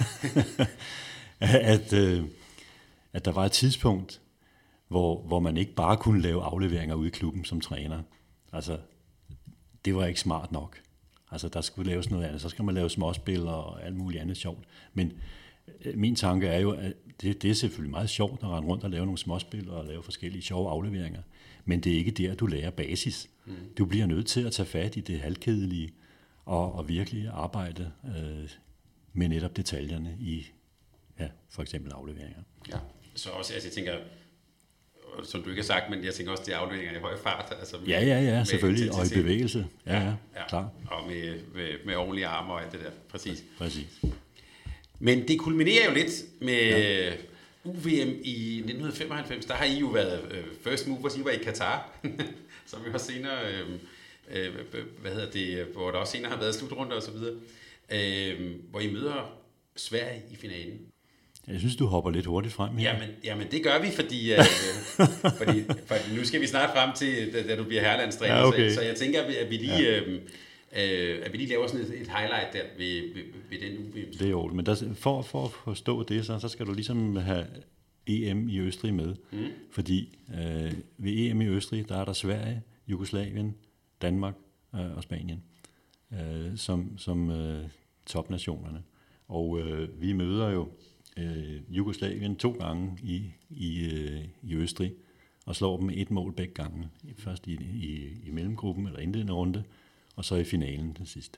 at, øh, at der var et tidspunkt, Hvor, hvor man ikke bare kunne lave afleveringer ude i klubben som træner. Altså, det var ikke smart nok. Altså, der skulle laves noget andet. Så skal man lave småspil og alt muligt andet sjovt. Men øh, min tanke er jo, at det, det er selvfølgelig meget sjovt at rende rundt og lave nogle småspil og lave forskellige sjove afleveringer. Men det er ikke der, du lærer basis. Mm. Du bliver nødt til at tage fat i det halvkedelige og, og virkelig arbejde øh, med netop detaljerne i, ja, for eksempel afleveringer. Ja, så også, altså jeg tænker, som du ikke har sagt, men jeg tænker også, det er afleveringer i høj fart. Altså med, ja, ja, ja, selvfølgelig, og i bevægelse. Ja, ja, ja, klar. Og med, med, med ordentlige arme og alt det der, præcis. Ja, præcis. Men det kulminerer jo lidt med ja. U V M i nitten femoghalvfems. Der har I jo været øh, first movers, I var i Katar, som vi har senere, øh, øh, hvad hedder det, hvor der også senere har været slutrunder og så videre, øh, hvor I møder Sverige i finalen. Jeg synes, du hopper lidt hurtigt frem her. Jamen, jamen det gør vi, fordi, øh, fordi, fordi nu skal vi snart frem til, da, da du bliver herlandstræner. Ja, okay. så, så jeg tænker, at vi lige, ja. øh, øh, at vi lige laver sådan et, et highlight der ved, ved, ved den U V M. Det er jo, men der, for, for at forstå det, så, så skal du ligesom have E M i Østrig med. Mm. Fordi øh, ved E M i Østrig, der er der Sverige, Jugoslavien, Danmark øh, og Spanien øh, som, som øh, topnationerne. Og øh, vi møder jo øh, Jugoslavien to gange i, i, øh, i Østrig, og slår dem et mål begge gange. Først i, i, i mellemgruppen, eller indledende runde, og så i finalen til sidst.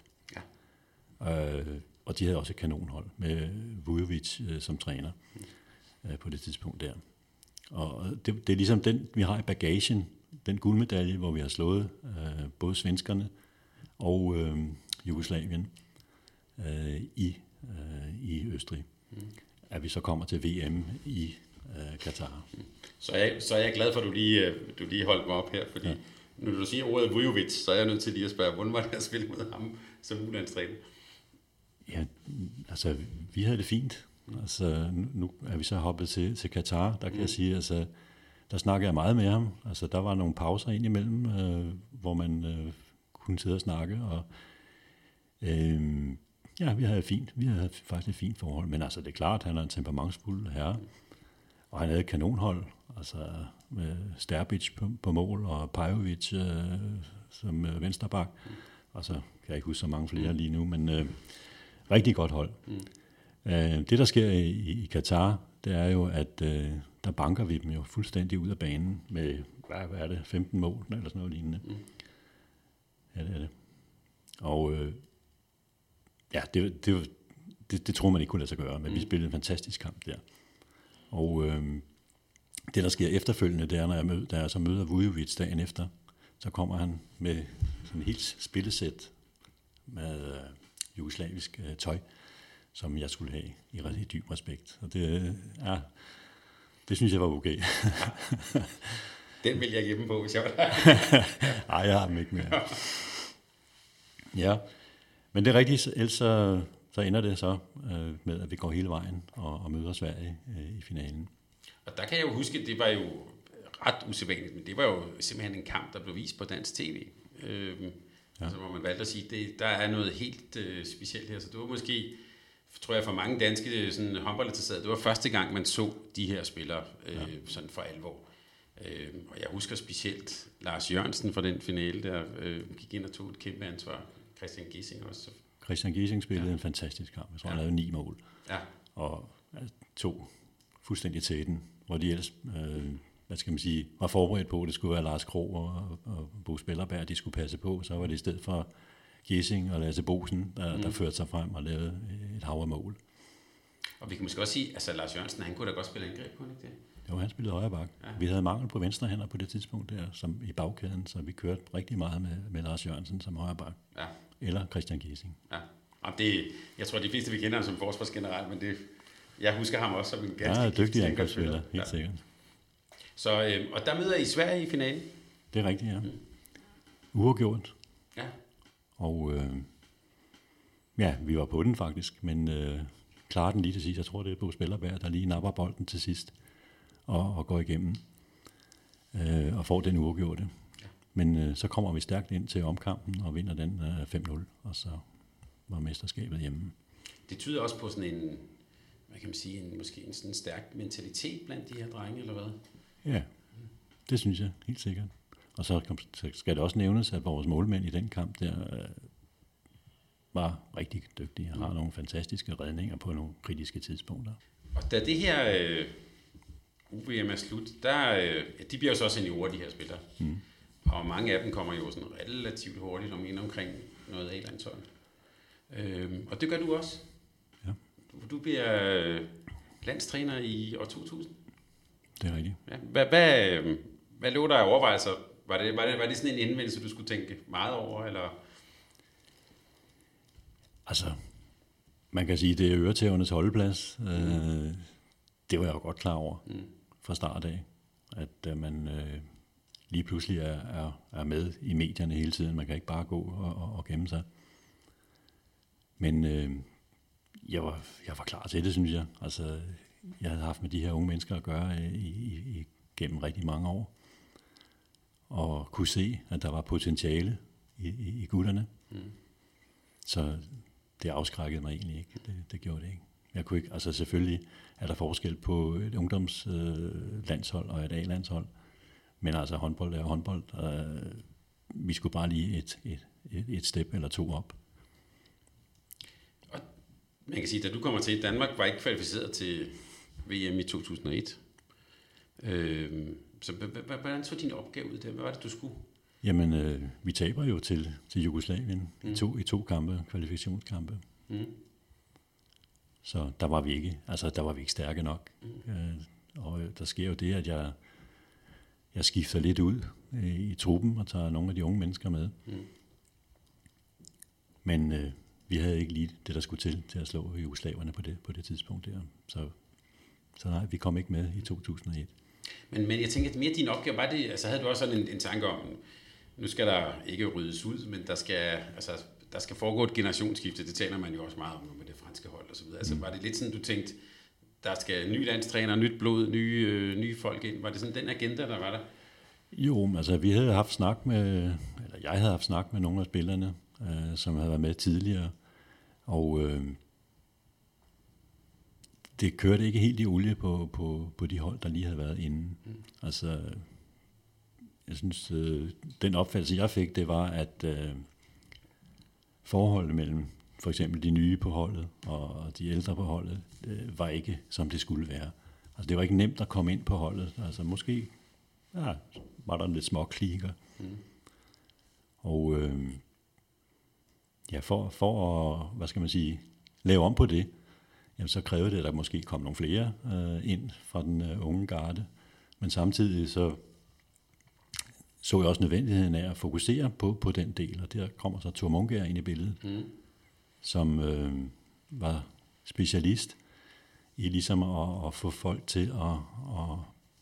Ja. Øh, og de havde også et kanonhold med Vujovic øh, som træner øh, på det tidspunkt der. Og det, det er ligesom den, vi har i bagagen, den guldmedalje, hvor vi har slået øh, både svenskerne og øh, Jugoslavien øh, i, øh, i Østrig. Mm. At vi så kommer til V M i øh, Katar. Mm. Så, er jeg, så er jeg glad for, at du lige, du lige holdt mig op her, fordi ja. Når du siger ordet Vujovic, så er jeg nødt til lige at spørge, hvordan var det at spille mod ham som ulandstræner? Ja, altså, vi havde det fint. Altså, nu, nu er vi så hoppet til, til Katar, der kan mm. jeg sige, altså, der snakkede jeg meget med ham. Altså, der var nogle pauser indimellem, øh, hvor man øh, kunne sidde og snakke, og øh, ja, vi havde fint. Vi havde faktisk et fint forhold, men altså, det er klart, han er en temperamentsfuld herre, og han havde et kanonhold, altså med Sterbic på, på mål, og Pajovic øh, som øh, vensterbak, mm. og så kan jeg ikke huske så mange flere lige nu, men øh, rigtig godt hold. Mm. Øh, det, der sker i, i Katar, det er jo, at øh, der banker vi dem jo fuldstændig ud af banen med, hvad, hvad er det, femten mål, eller sådan noget lignende. Mm. Ja, det er det. Og øh, ja, det, det, det, det tror man ikke kunne lade sig gøre, men mm. vi spillede en fantastisk kamp der. Og øh, det, der sker efterfølgende, det er, når jeg, mød, da jeg så møder Vujovic dagen efter, så kommer han med sådan et helt spillesæt med øh, jugoslavisk øh, tøj, som jeg skulle have i, i dyb respekt. Og det, ja, det synes jeg var okay. Den vil jeg give dem på, hvis jeg var der. Nej, jeg har dem ikke mere. Ja, men det er rigtigt, ellers så, så ender det så øh, med, at vi går hele vejen og, og møder Sverige øh, i finalen. Og der kan jeg jo huske, at det var jo ret usædvanligt, men det var jo simpelthen en kamp, der blev vist på dansk tv. Øh, ja. Altså hvor man valgte at sige, at der er noget helt øh, specielt her, så det var måske, tror jeg for mange danske sådan, håndboldinteresserede, det var første gang, man så de her spillere øh, ja. sådan for alvor. Øh, og jeg husker specielt Lars Jørgensen fra den finale, der øh, gik ind og tog et kæmpe ansvar. Christian Giesing også. Christian Giesing spillede ja. en fantastisk kamp. Jeg tror, ja. han lavede ni mål. Ja. Og ja, to fuldstændig tæten, hvor de ellers, øh, hvad skal man sige, var forberedt på, at det skulle være Lars Krog og, og Bo Spillerberg, de skulle passe på. Så var det i stedet for Giesing og Lasse Bosen, der, mm. der førte sig frem og lavede et hav af mål. Og vi kan måske også sige, altså Lars Jørgensen, han kunne da godt spille angreb, kunne han ikke det? Jo, han spillede højre bak. Ja. Vi havde mangel på venstre hænder på det tidspunkt der, som i bagkæden, så vi kørte rigtig meget med, med Lars Jørgensen som højre bak. Ja. Eller Christian Giesing. Ja. Og det, jeg tror, de fleste vi kender ham som forsvarsgeneral, men det, jeg husker ham også som en ganske ja, dygtig angrebsspiller, helt ja. sikkert. Så, øh, og der møder I Sverige i finalen? Det er rigtigt, ja. Mm. Uafgjort. Ja. Og øh, ja, vi var på den faktisk, men øh, klarer den lige til sidst. Jeg tror, det er Bo Spillerberg, der lige napper bolden til sidst og, og går igennem øh, og får den uafgjorte. Ja. Men øh, så kommer vi stærkt ind til omkampen og vinder den øh, fem nul, og så var mesterskabet hjemme. Det tyder også på sådan en, hvad kan man sige, en, måske en sådan stærk mentalitet blandt de her drenge, eller hvad? Ja, det synes jeg helt sikkert. Og så skal det også nævnes, at vores målmænd i den kamp der øh, var rigtig dygtige og har nogle fantastiske redninger på nogle kritiske tidspunkter. Og da det her øh, U V M er slut, der, øh, de bliver jo så seniorer, de her spillere. Mm. Og mange af dem kommer jo sådan relativt hurtigt om ind omkring noget A-landshold. Øhm, og det gør du også. Ja. Du, du bliver landstræner i år to tusind. Det er rigtigt. Ja. Hvad, hvad, hvad lå der af overvejelser? Var det, var, det, var det sådan en indvendelse, du skulle tænke meget over? Eller? Altså, man kan sige, det er øretævernes holdeplads. Mm. Øh, det var jeg jo godt klar over mm. fra start af, at øh, man øh, lige pludselig er, er, er med i medierne hele tiden. Man kan ikke bare gå og, og, og gemme sig. Men øh, jeg, var, jeg var klar til det, synes jeg. Altså, jeg havde haft med de her unge mennesker at gøre i, i, i, gennem rigtig mange år. Og kunne se, at der var potentiale i, i, i gutterne. Mm. Så det afskrækkede mig egentlig ikke. Det, det gjorde det ikke. Jeg kunne ikke. Altså selvfølgelig er der forskel på et ungdomslandshold øh, og et A-landshold. Men altså håndbold er håndbold. Øh, vi skulle bare lige et, et, et, et step eller to op. Og man kan sige, da du kommer til Danmark, var ikke kvalificeret til V M i to tusind og et. Øh, så hvordan så din opgave ud der? Hvad var det, du skulle? Jamen, øh, vi taber jo til, til Jugoslavien mm. i, to, i to kampe, kvalifikationskampe. Mm. Så der var vi ikke, altså der var vi ikke stærke nok. Mm. Øh, og der sker jo det, at jeg, jeg skifter lidt ud øh, i truppen og tager nogle af de unge mennesker med. Mm. Men øh, vi havde ikke lige det, der skulle til, til at slå jugoslaverne på det, på det tidspunkt der. Så, så nej, vi kom ikke med i to tusind og et. Men, men jeg tænker, at mere din opgave var det, altså havde du også sådan en, en tanke om, nu skal der ikke ryddes ud, men der skal, altså, der skal foregå et generationsskifte, det taler man jo også meget om med det franske hold og så videre. Altså var det lidt sådan, du tænkte, der skal ny landstræner, nyt blod, nye, øh, nye folk ind, var det sådan den agenda, der var der? Jo, altså vi havde haft snak med, eller jeg havde haft snak med nogle af spillerne, øh, som havde været med tidligere, og øh, det kørte ikke helt i olie på, på, på de hold, der lige havde været inde. Mm. Altså, jeg synes, øh, den opfattelse, jeg fik, det var, at øh, forholdet mellem for eksempel de nye på holdet og de ældre på holdet, øh, var ikke, som det skulle være. Altså, det var ikke nemt at komme ind på holdet. Altså, måske ja, var der lidt små klikker. Mm. Og øh, ja, for, for at, hvad skal man sige, lave om på det, jamen, så krævede det, at der måske kom nogle flere øh, ind fra den øh, unge garde. Men samtidig så så jeg også nødvendigheden af at fokusere på, på den del, og der kommer så Thor Munckær ind i billedet, mm. som øh, var specialist i ligesom at, at få folk til at, at,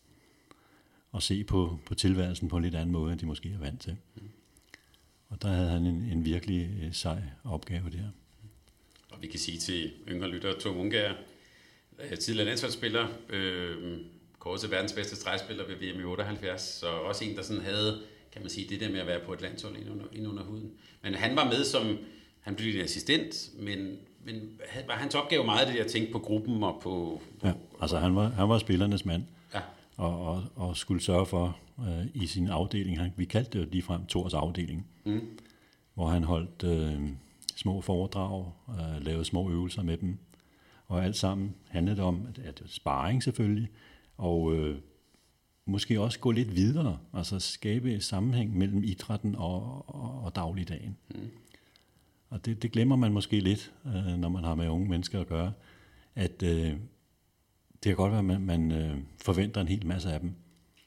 at se på, på tilværelsen på en lidt anden måde, end de måske er vant til. Mm. Og der havde han en, en virkelig sej opgave der. Og vi kan sige til yngre lyttere, Thor Munckær, tidligere landsholdsspiller, øh, kåret til verdens bedste stregspiller ved V M i otteoghalvfjerds, så også en, der sådan havde, kan man sige, det der med at være på et landshold ind under, ind under huden. Men han var med som, han blev en assistent, men, men var hans opgave meget det, at tænke på gruppen og på... på ja, altså han var, han var spillernes mand, ja. og, og, og skulle sørge for øh, i sin afdeling, han, vi kaldte det jo ligefrem Thors afdeling, mm. hvor han holdt øh, små foredrag, øh, lavede små øvelser med dem, og alt sammen handlede om, at, at sparring selvfølgelig, og øh, måske også gå lidt videre, altså skabe et sammenhæng mellem idrætten og, og, og dagligdagen. Mm. Og det, det glemmer man måske lidt, øh, når man har med unge mennesker at gøre, at øh, det kan godt være, at man, man øh, forventer en hel masse af dem,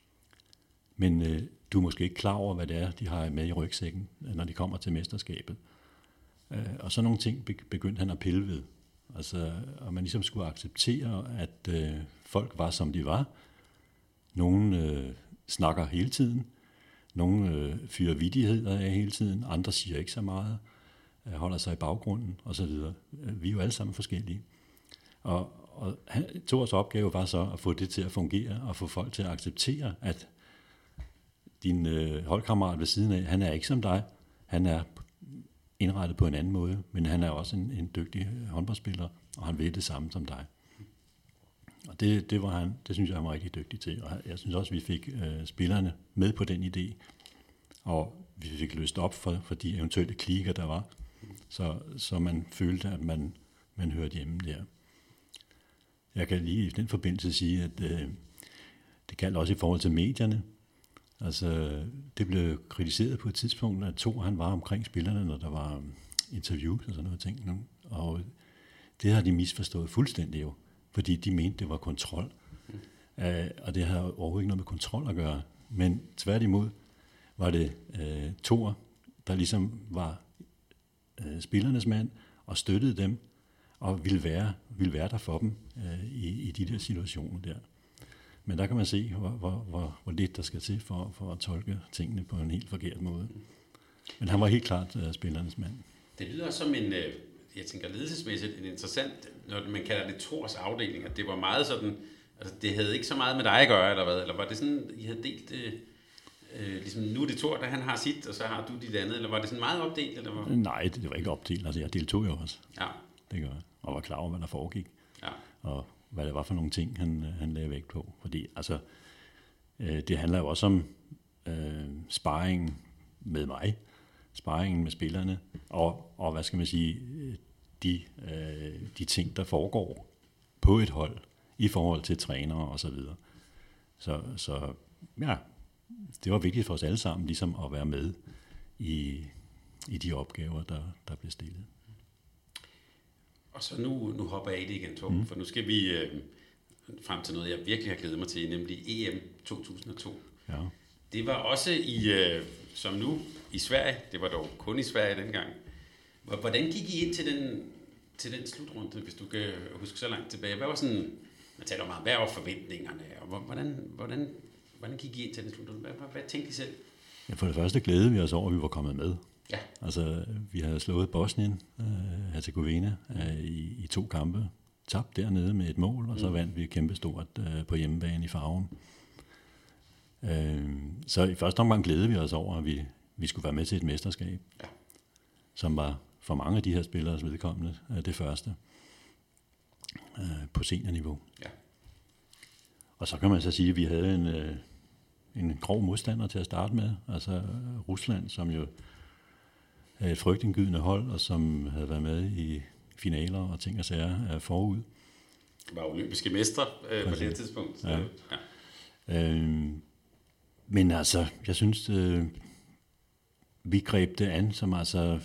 men øh, du er måske ikke klar over, hvad det er, de har med i rygsækken, når de kommer til mesterskabet. Øh, og så nogle ting begyndte han at pille ved. Altså, og man ligesom skulle acceptere, at øh, folk var, som de var. Nogle øh, snakker hele tiden. Nogle øh, fyrer vittigheder af hele tiden. Andre siger ikke så meget. Øh, holder sig i baggrunden, osv. Vi er jo alle sammen forskellige. Og, og Thors opgave var så at få det til at fungere, og få folk til at acceptere, at din øh, holdkammerat ved siden af, han er ikke som dig. Han er indrettet på en anden måde, men han er også en, en dygtig håndboldspiller, og han ved det samme som dig. Og det, det, var han, det synes jeg, han var rigtig dygtig til, og jeg synes også, vi fik øh, spillerne med på den idé, og vi fik løst op for, for de eventuelle klikker, der var, så, så man følte, at man, man hørte hjemme der. Jeg kan lige i den forbindelse sige, at øh, det galt også i forhold til medierne. Altså, det blev kritiseret på et tidspunkt, at Thor han var omkring spillerne, når der var interviews og sådan noget ting. Nu. Og det har de misforstået fuldstændig jo, fordi de mente, det var kontrol. Mm. Uh, og det har overhovedet ikke noget med kontrol at gøre. Men tværtimod var det uh, Thor, der ligesom var uh, spillernes mand og støttede dem og ville være, ville være der for dem uh, i, i de der situationer der. Men der kan man se, hvor, hvor, hvor, hvor lidt der skal til for, for at tolke tingene på en helt forkert måde. Men han var helt klart uh, spillernes mand. Det lyder som en, jeg tænker ledelsesmæssigt, en interessant, når man kalder det Thors afdeling, at det var meget sådan, altså det havde ikke så meget med dig at gøre, eller hvad? Eller var det sådan, I havde delt det, øh, ligesom nu er det Thor, der han har sit, og så har du dit andet, eller var det sådan meget opdelt? Eller hvad? Nej, det, det var ikke opdelt, altså jeg deltog jo også. Ja. Det gør jeg, og var klar over, hvad der foregik. Ja. Og hvad det var for nogle ting, han, han lagde vægt på. Fordi altså, øh, det handler jo også om øh, sparring med mig, sparringen med spillerne, og, og hvad skal man sige, de, øh, de ting, der foregår på et hold, i forhold til trænere og så videre. Så, så ja, det var vigtigt for os alle sammen, ligesom at være med i, i de opgaver, der, der blev stillet. Og så nu, nu hopper jeg i det igen, Torben, mm. for nu skal vi øh, frem til noget, jeg virkelig har glædet mig til, nemlig E M to tusind og to. Ja. Det var også i, øh, som nu, i Sverige. Det var dog kun i Sverige dengang. Hvordan gik I ind til den, til den slutrunde, hvis du kan huske så langt tilbage? Hvad var sådan, man taler meget, hvad var forventningerne, og hvordan, hvordan, hvordan gik I ind til den slutrunde? Hvad, hvad, hvad tænkte I selv? Ja, for det første glædede vi os over, at vi var kommet med. Ja. Altså, vi havde slået Bosnien, øh, Herzegovina, øh, i, i to kampe. Tabt dernede med et mål, og så mm. vandt vi kæmpestort øh, på hjemmebane i Farum. Øh, så i første omgang glædede vi os over, at vi, vi skulle være med til et mesterskab, ja. Som var for mange af de her spilleres vedkommende øh, det første øh, på seniorniveau. Ja. Og så kan man så sige, at vi havde en, øh, en grov modstander til at starte med, altså Rusland, som jo er et frygtindgydende hold, og som havde været med i finaler og ting og sager forud. Var olympiske mestre øh, på det tidspunkt. Ja. Ja. Øhm, men altså, jeg synes, øh, vi greb det an som altså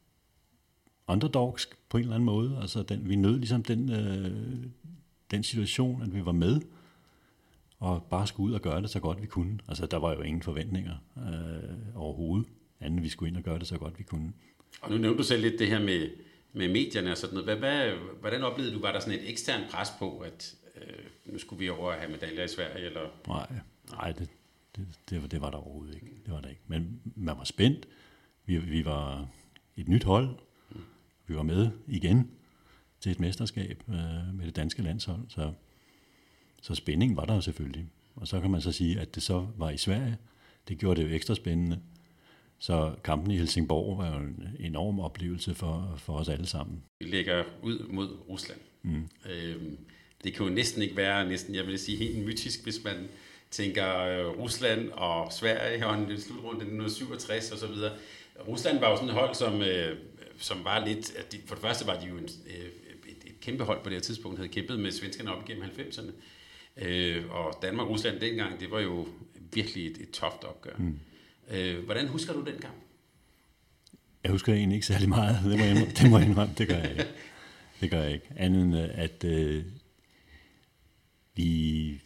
underdogs på en eller anden måde. Altså, den, vi nød ligesom den, øh, den situation, at vi var med, og bare skulle ud og gøre det så godt vi kunne. Altså, der var jo ingen forventninger øh, overhovedet, anden vi skulle ind og gøre det så godt vi kunne. Og nu nævnte du selv lidt det her med, med medierne og sådan noget. Hvad, hvad, hvordan oplevede du, var der sådan et eksternt pres på, at øh, nu skulle vi over at have medaljer i Sverige? Eller? Nej, nej det, det, det, det var der overhovedet ikke. Det var der ikke. Men man var spændt. Vi, vi var et nyt hold. Mm. Vi var med igen til et mesterskab øh, med det danske landshold. Så, så spændingen var der jo selvfølgelig. Og så kan man så sige, at det så var i Sverige. Det gjorde det jo ekstra spændende. Så kampen i Helsingborg var jo en enorm oplevelse for, for os alle sammen. Vi lægger ud mod Rusland. Mm. Øhm, det kan jo næsten ikke være, næsten, jeg vil sige, helt mytisk, hvis man tænker øh, Rusland og Sverige og en slutrunde nitten syvogtres og så videre. Rusland var jo sådan et hold, som, øh, som var lidt, at de, for det første var de jo en, øh, et, et kæmpe hold på det her tidspunkt, havde kæmpet med svenskerne op igennem halvfemserne. Øh, og Danmark og Rusland dengang, det var jo virkelig et, et toft opgør. Mm. Øh, hvordan husker du den kamp? Jeg husker egentlig ikke særlig meget, det må jeg indrømme, det, må jeg indrømme. Det gør jeg ikke. Det gør jeg ikke. Andet end, at øh, vi,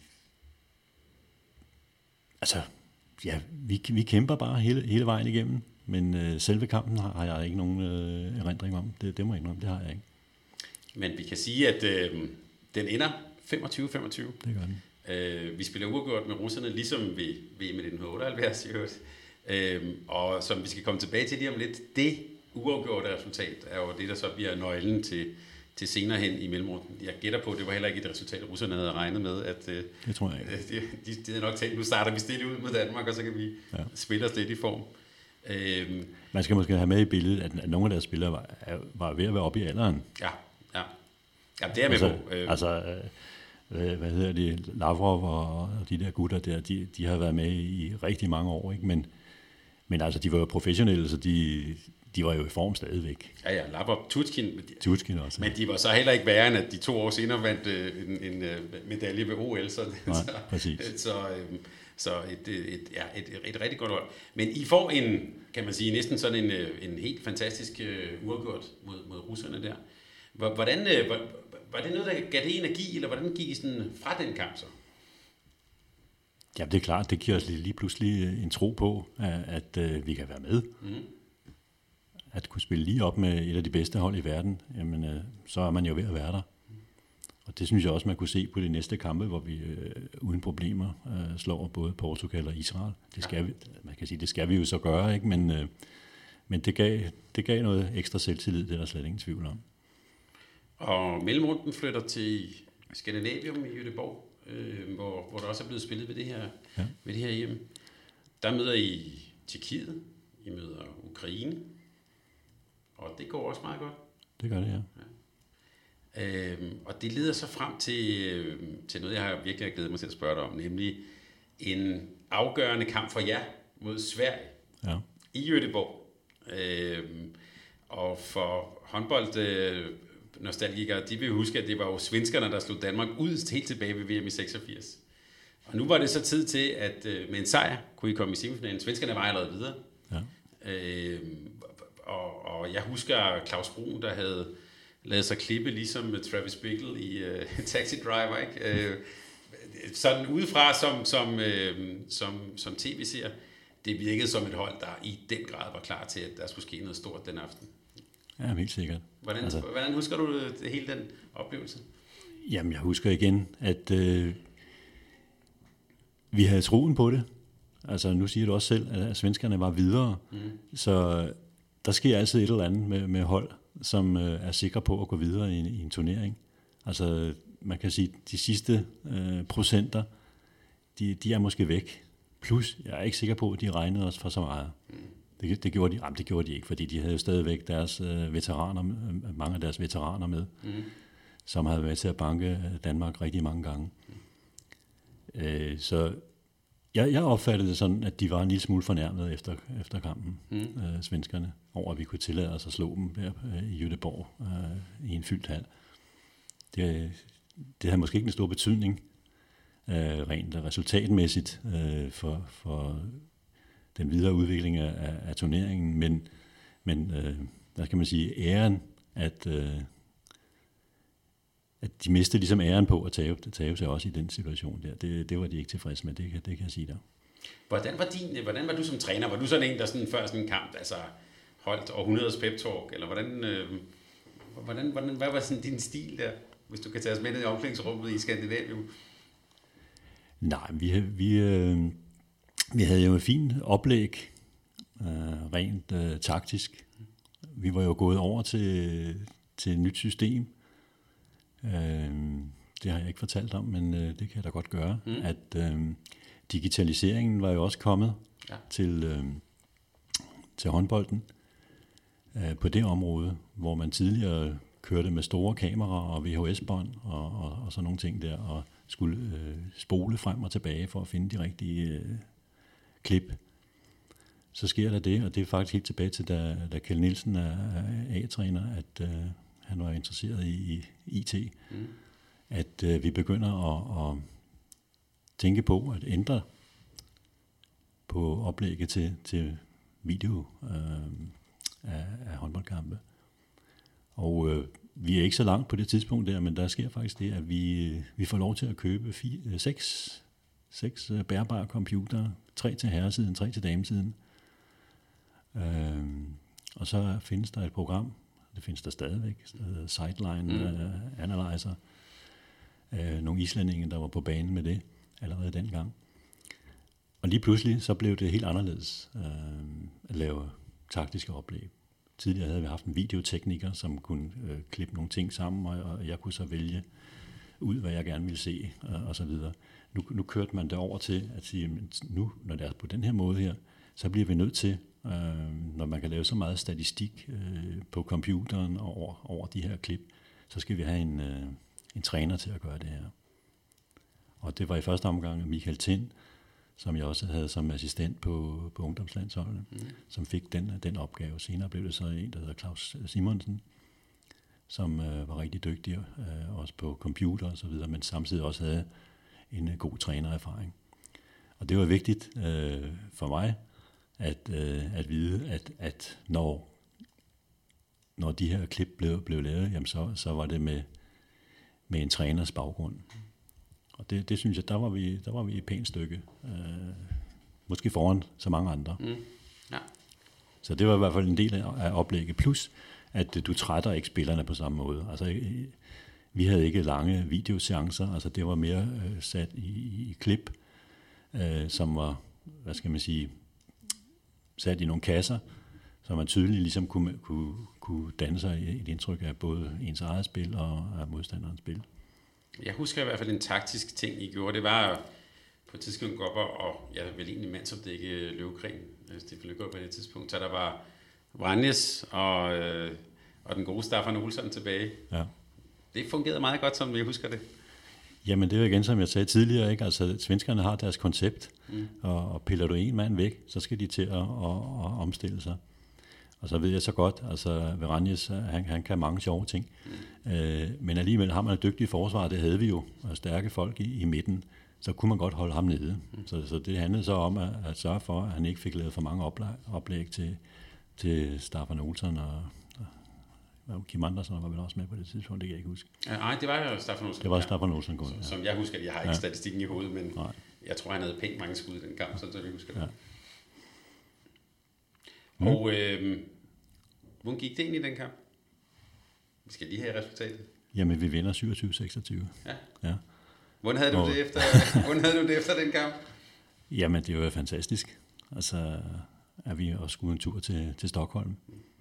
altså, ja, vi, vi kæmper bare hele, hele vejen igennem, men øh, selve kampen har, har jeg ikke nogen øh, erindring om. Det, det må jeg indrømme, det har jeg ikke. Men vi kan sige, at øh, den ender femogtyve femogtyve. Det gør den. Øh, vi spiller uafgjort med russerne, ligesom ved V M i nitten otteoghalvfjerds i øvrigt. Øhm, og som vi skal komme tilbage til lige om lidt, det uafgjorte resultat er jo det, der så bliver nøglen til, til senere hen i mellemrunden. Jeg gætter på, at det var heller ikke et resultat, russerne havde regnet med. At, øh, det tror jeg ikke. De, de, de havde nok tænkt, nu starter vi stille ud mod Danmark, og så kan vi ja. spille os lidt i form. Øhm, Man skal måske have med i billedet, at, at nogle af deres spillere var, var ved at være oppe i alderen. Ja, ja. Ja, det er med altså, på. Øh, altså, øh, hvad hedder de, Lavrov og de der gutter der, de, de har været med i rigtig mange år, ikke? Men Men altså, de var jo professionelle, så de, de var jo i form stadigvæk. Ja, ja, Lavrov, Tutskin. Tutskin også. Men de var så heller ikke værre, end at de to år senere vandt en, en medalje ved O L. Så, Nej, så, præcis. Så, Så et, et, ja, et, et, et rigtig godt hold. Men I får en, kan man sige, næsten sådan en, en helt fantastisk uh, uafgjort mod, mod russerne der. Hvordan, uh, var, var det noget, der gav det energi, eller hvordan gik I sådan fra den kamp så? Ja, det er klart, det giver os lige pludselig en tro på, at, at uh, vi kan være med. Mm. At kunne spille lige op med et af de bedste hold i verden, jamen, uh, så er man jo ved at være der. Og det synes jeg også, man kunne se på de næste kampe, hvor vi øh, uden problemer øh, slår både Portugal og Israel. Det skal vi, man kan sige, det skal vi jo så gøre, ikke? Men, øh, men det, gav, det gav noget ekstra selvtillid, det er der slet ingen tvivl om. Og mellemrunden flytter til Skandinavium i Göteborg, øh, hvor, hvor der også er blevet spillet ved det her, ja. ved det her hjem. Der møder I Tjekkiet, I møder Ukraine, og det går også meget godt. Det gør det, ja. ja. Øhm, og det leder så frem til, øh, til noget, jeg har virkelig glædet mig til at spørge dig om, nemlig en afgørende kamp for jer mod Sverige ja. i Göteborg. Øhm, og for håndbold øh, nostalgikere, de vil huske, at det var jo svenskerne, der slog Danmark ud helt tilbage ved V M i seksogfirs. Og nu var det så tid til, at øh, med en sejr kunne I komme i semifinalen. Svenskerne var allerede videre. Ja. Øhm, og, og jeg husker Claus Brun, der havde lavet sig klippe ligesom Travis Bickle i uh, Taxi Driver, ikke? Uh, sådan udefra som, som, uh, som, som tv-seer, det virkede som et hold, der i den grad var klar til, at der skulle ske noget stort den aften. Ja, helt sikkert. Hvordan, altså, hvordan husker du det, hele den oplevelse? Jamen, jeg husker igen, at øh, vi havde troen på det. Altså, nu siger du også selv, at svenskerne var videre, mm. så der sker altid et eller andet med, med hold, som øh, er sikre på at gå videre i en, i en turnering. Altså, man kan sige, de sidste øh, procenter, de, de er måske væk. Plus, jeg er ikke sikker på, at de regnede os for så meget. Mm. Det, det, gjorde de, jamen, det gjorde de ikke, fordi de havde jo stadigvæk deres øh, veteraner, mange af deres veteraner med, mm. som havde været til at banke Danmark rigtig mange gange. Mm. Øh, så jeg, jeg opfattede det sådan, at de var en lille smule fornærmet efter, efter kampen, mm. øh, svenskerne, over at vi kunne tillade os at slå dem der øh, i Göteborg øh, i en fyldt hal. Det, det havde måske ikke en stor betydning, øh, rent resultatmæssigt, øh, for, for den videre udvikling af, af, af turneringen, men, men øh, hvad skal man sige, æren, at, øh, at de mistede ligesom æren på at tabe, tabe sig også i den situation der. Det, det var de ikke tilfredse med, det kan, det kan jeg sige der. Hvordan var, din, hvordan var du som træner? Var du sådan en, der sådan før sådan en kamp, altså holdt århundredes pep-talk, eller hvordan, øh, hvordan, hvordan, hvad var sådan din stil der, hvis du kan tage os med ned i omklædningsrummet i Skandinavium? Nej, vi, vi, øh, vi havde jo et fint oplæg, øh, rent øh, taktisk. Vi var jo gået over til, til et nyt system. Øh, det har jeg ikke fortalt om, men øh, det kan jeg da godt gøre. Mm. At øh, digitaliseringen var jo også kommet ja. til, øh, til håndbolden. På det område, hvor man tidligere kørte med store kameraer og V H S-bånd og, og, og sådan nogle ting der, og skulle øh, spole frem og tilbage for at finde de rigtige øh, klip, så sker der det, og det er faktisk helt tilbage til, da, da Kjeld Nielsen er, er A-træner, at øh, han var interesseret i, i I T, mm. at øh, vi begynder at, at tænke på at ændre på oplægget til, til video, øh, Af, af håndboldkampe. Og øh, vi er ikke så langt på det tidspunkt der, men der sker faktisk det, at vi, vi får lov til at købe fire, seks, seks bærbare computere, tre til herresiden, tre til damesiden. Øh, og så findes der et program, det findes der stadigvæk, Sideline mm. uh, Analyzer, uh, nogle islændinge, der var på banen med det allerede dengang. Og lige pludselig så blev det helt anderledes uh, at lave taktiske oplæg. Tidligere havde vi haft en videotekniker, som kunne øh, klippe nogle ting sammen, og, og jeg kunne så vælge ud, hvad jeg gerne ville se, og, og så videre. Nu, nu kørte man det over til at sige, men nu, når det er på den her måde her, så bliver vi nødt til, øh, når man kan lave så meget statistik øh, på computeren over, over de her klip, så skal vi have en, øh, en træner til at gøre det her. Og det var i første omgang Michael Tind, som jeg også havde som assistent på, på ungdomslandsholdet, mm. som fik den, den opgave. Senere blev det så en, der hedder Claus Simonsen, som øh, var rigtig dygtig, øh, også på computer og så videre, men samtidig også havde en øh, god trænererfaring. Og det var vigtigt øh, for mig at, øh, at vide, at, at når, når de her klip blev, blev lavet, jamen så, så var det med, med en træners baggrund. Og det, det synes jeg, der var vi, der var vi et pænt stykke. Øh, måske foran så mange andre. Mm. Ja. Så det var i hvert fald en del af, af oplægget. Plus, at du trætter ikke spillerne på samme måde. Altså, vi havde ikke lange videoseancer. Altså, det var mere øh, sat i, i klip, øh, som var, hvad skal man sige, sat i nogle kasser, så man tydeligt ligesom kunne, kunne, kunne danne sig et indtryk af både ens eget spil og af modstanderens spil. Jeg husker i hvert fald en taktisk ting, I gjorde. Det var på et tidspunkt gå op og, og jeg vil egentlig mandsopdække Løvgren, Stefan Løvgren på det tidspunkt, så der var Vranjes og, øh, og den gode Staffan Olsson tilbage. Ja. Det fungerede meget godt, som jeg husker det. Jamen det er jo igen, som jeg sagde tidligere, ikke? Altså svenskerne har deres koncept, mm. og, og piller du en mand væk, så skal de til at, at, at omstille sig. Og så ved jeg så godt, altså Vranjes, han, han kan mange sjove ting, mm. øh, men alligevel har man et dygtigt forsvar, det havde vi jo, og stærke folk i, i midten, så kunne man godt holde ham nede. Mm. Så, så det handlede så om at, at sørge for, at han ikke fik lavet for mange oplæg, oplæg til, til Staffan Olsson og, og Kim Andersen var vel også med på det tidspunkt, det kan jeg ikke huske. Nej, det var jo Staffan Olsson. Det var Staffan Olsson. Ja. Som jeg husker, jeg har ikke ja. statistikken i hovedet, men nej. Jeg tror, han havde pænt mange skud i den kamp, så jeg husker det. Ja. Mm. Og øh, hvordan gik det ind i den kamp? Vi skal lige have resultatet. Jamen, vi vinder syvogtyve seksogtyve. Ja. Ja. Hvordan havde, du og, det efter, hvordan havde du det efter den kamp? Jamen, det var fantastisk. Altså, at vi også skulle en tur til, til Stockholm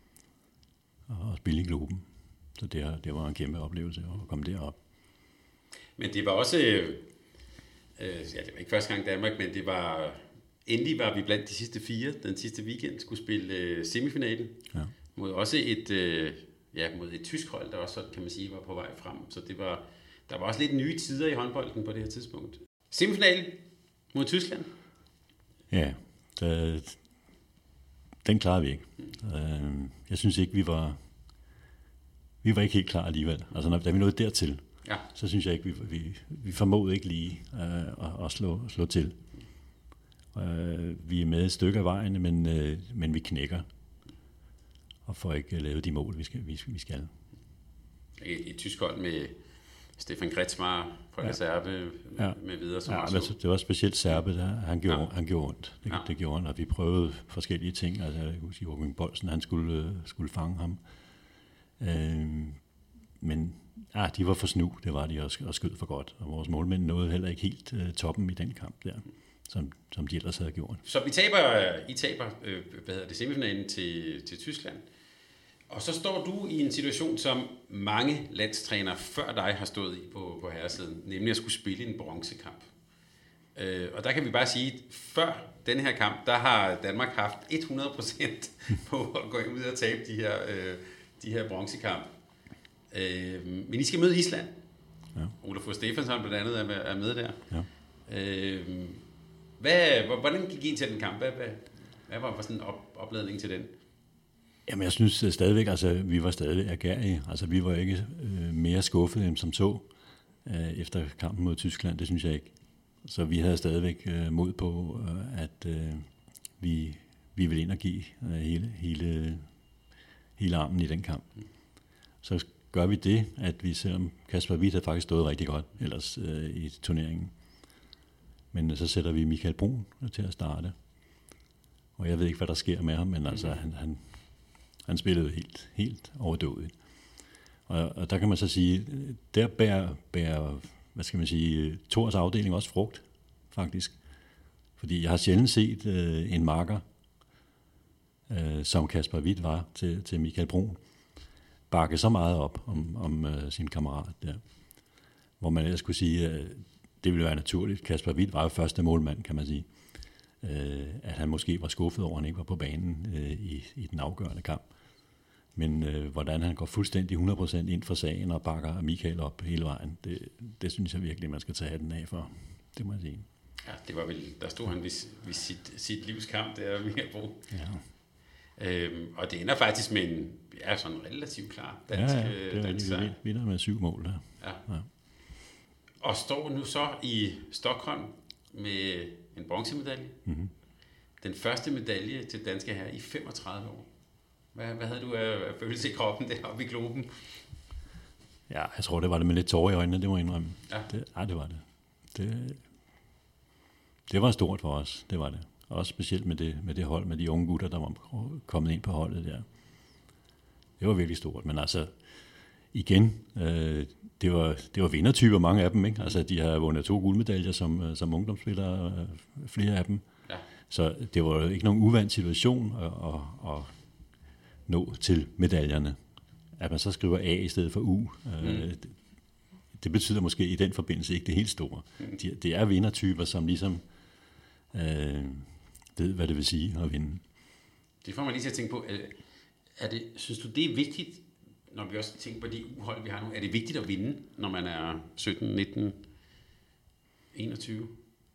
og spille i Globen. Så det, det var en kæmpe oplevelse at komme derop. Men det var også, øh, ja, det var ikke første gang i Danmark, men det var, endelig var vi blandt de sidste fire, den sidste weekend, skulle spille øh, semifinalen. Ja. Mod også et, øh, ja, mod et tysk hold, der også, kan man sige, var på vej frem. Så det var, der var også lidt nye tider i håndbolden på det her tidspunkt. Semifinalen mod Tyskland. Ja, der, den klarede vi ikke. Mm. Jeg synes ikke, vi var, vi var ikke helt klar alligevel. Altså, når, da vi nåede dertil, ja. Så synes jeg ikke, vi, vi, vi formåede ikke lige uh, at, at slå, slå til. Uh, vi er med et stykke af vejen, men, uh, men vi knækker. Og får ikke lavet de mål, vi skal. Vi, vi skal. Et, et tysk hold med Stefan Kretzmar fra ja. Reserve ja. med videre. Som ja, men det var specielt Serbe, der han gjorde, ja. han gjorde ondt. Det, ja. det gjorde han, og vi prøvede forskellige ting. Altså, jeg kunne sige, Joachim Bolsen, han skulle, skulle fange ham. Øh, men ja, de var for snu, det var de, og skød for godt. Og vores målmænd nåede heller ikke helt uh, toppen i den kamp der, som, som de ellers havde gjort. Så vi taber, I taber øh, hvad hedder det, semifinalen til, til Tyskland. Og så står du i en situation, som mange landstrænere før dig har stået i på, på herresiden, nemlig at skulle spille en bronzekamp. Øh, og der kan vi bare sige, at før den her kamp, der har Danmark haft hundrede procent på at gå ud og tabe de her, øh, de her bronzekamp. Øh, men I skal møde Island. Ja. Olaf Stefansson blandt andet er med, er med der. Ja. Øh, hvad, hvordan gik I ind til den kamp? Hvad, hvad, hvad var sådan en op, opladning til den? Jamen, jeg synes stadigvæk, altså, vi var stadig agerige. Altså, vi var ikke øh, mere skuffede end som så øh, efter kampen mod Tyskland. Det synes jeg ikke. Så vi havde stadigvæk øh, mod på, øh, at øh, vi, vi ville ind og give øh, hele, hele, hele armen i den kamp. Så gør vi det, at vi, selvom Kasper Hvidt havde faktisk stået rigtig godt ellers øh, i turneringen, men så sætter vi Michael Brun til at starte. Og jeg ved ikke, hvad der sker med ham, men altså, han, han, han spillede helt, helt overdådigt. Og, og der kan man så sige, der bærer, bærer hvad skal man sige, Thors afdeling også frugt, faktisk. Fordi jeg har sjældent set øh, en marker, øh, som Kasper Hvidt var til, til Michael Brun, bakke så meget op om, om øh, sin kammerat der. Hvor man ellers kunne sige, at det ville være naturligt. Kasper Hvidt var jo første målmand, kan man sige. Øh, at han måske var skuffet over, at han ikke var på banen øh, i, i den afgørende kamp. Men øh, hvordan han går fuldstændig hundrede procent ind for sagen og bakker Michael op hele vejen, det, det synes jeg virkelig, man skal tage den af for. Det må jeg sige. Ja, det var vel, der stod han ved, ved sit, sit livs kamp, der Michael Brun. Ja. Øhm, og det ender faktisk med en, ja, sådan relativt klar dansk, ja, ja, det dansk sejr. Vi vinder med syv mål der. Ja. Ja. Og står nu så i Stockholm med en bronzemedalje. Mm-hmm. Den første medalje til danske herrer i femogtredive år. Hvad, hvad havde du af, af følelse i kroppen deroppe i Globen? Ja, jeg tror, det var det med lidt tårer i øjnene, det må jeg indrømme. Ja. Det, ej, det var det. det. Det var stort for os, det var det. Også specielt med det, med det hold, med de unge gutter, der var kommet ind på holdet der. Det var virkelig stort, men altså, igen, øh, det var, det var vindertyper, mange af dem, ikke? Altså, de har vundet to guldmedaljer som, som ungdomsspillere, øh, flere af dem. Ja. Så det var jo ikke nogen uvant situation at, at, at nå til medaljerne. At man så skriver A i stedet for U, mm. øh, det, det betyder måske i den forbindelse ikke det helt store. Mm. De, det er vindertyper, som ligesom øh, ved, hvad det vil sige at vinde. Det får mig lige til at tænke på, er det, synes du, det er vigtigt, når vi også tænker på de uhold, vi har nu, er det vigtigt at vinde, når man er sytten, nitten, enogtyve?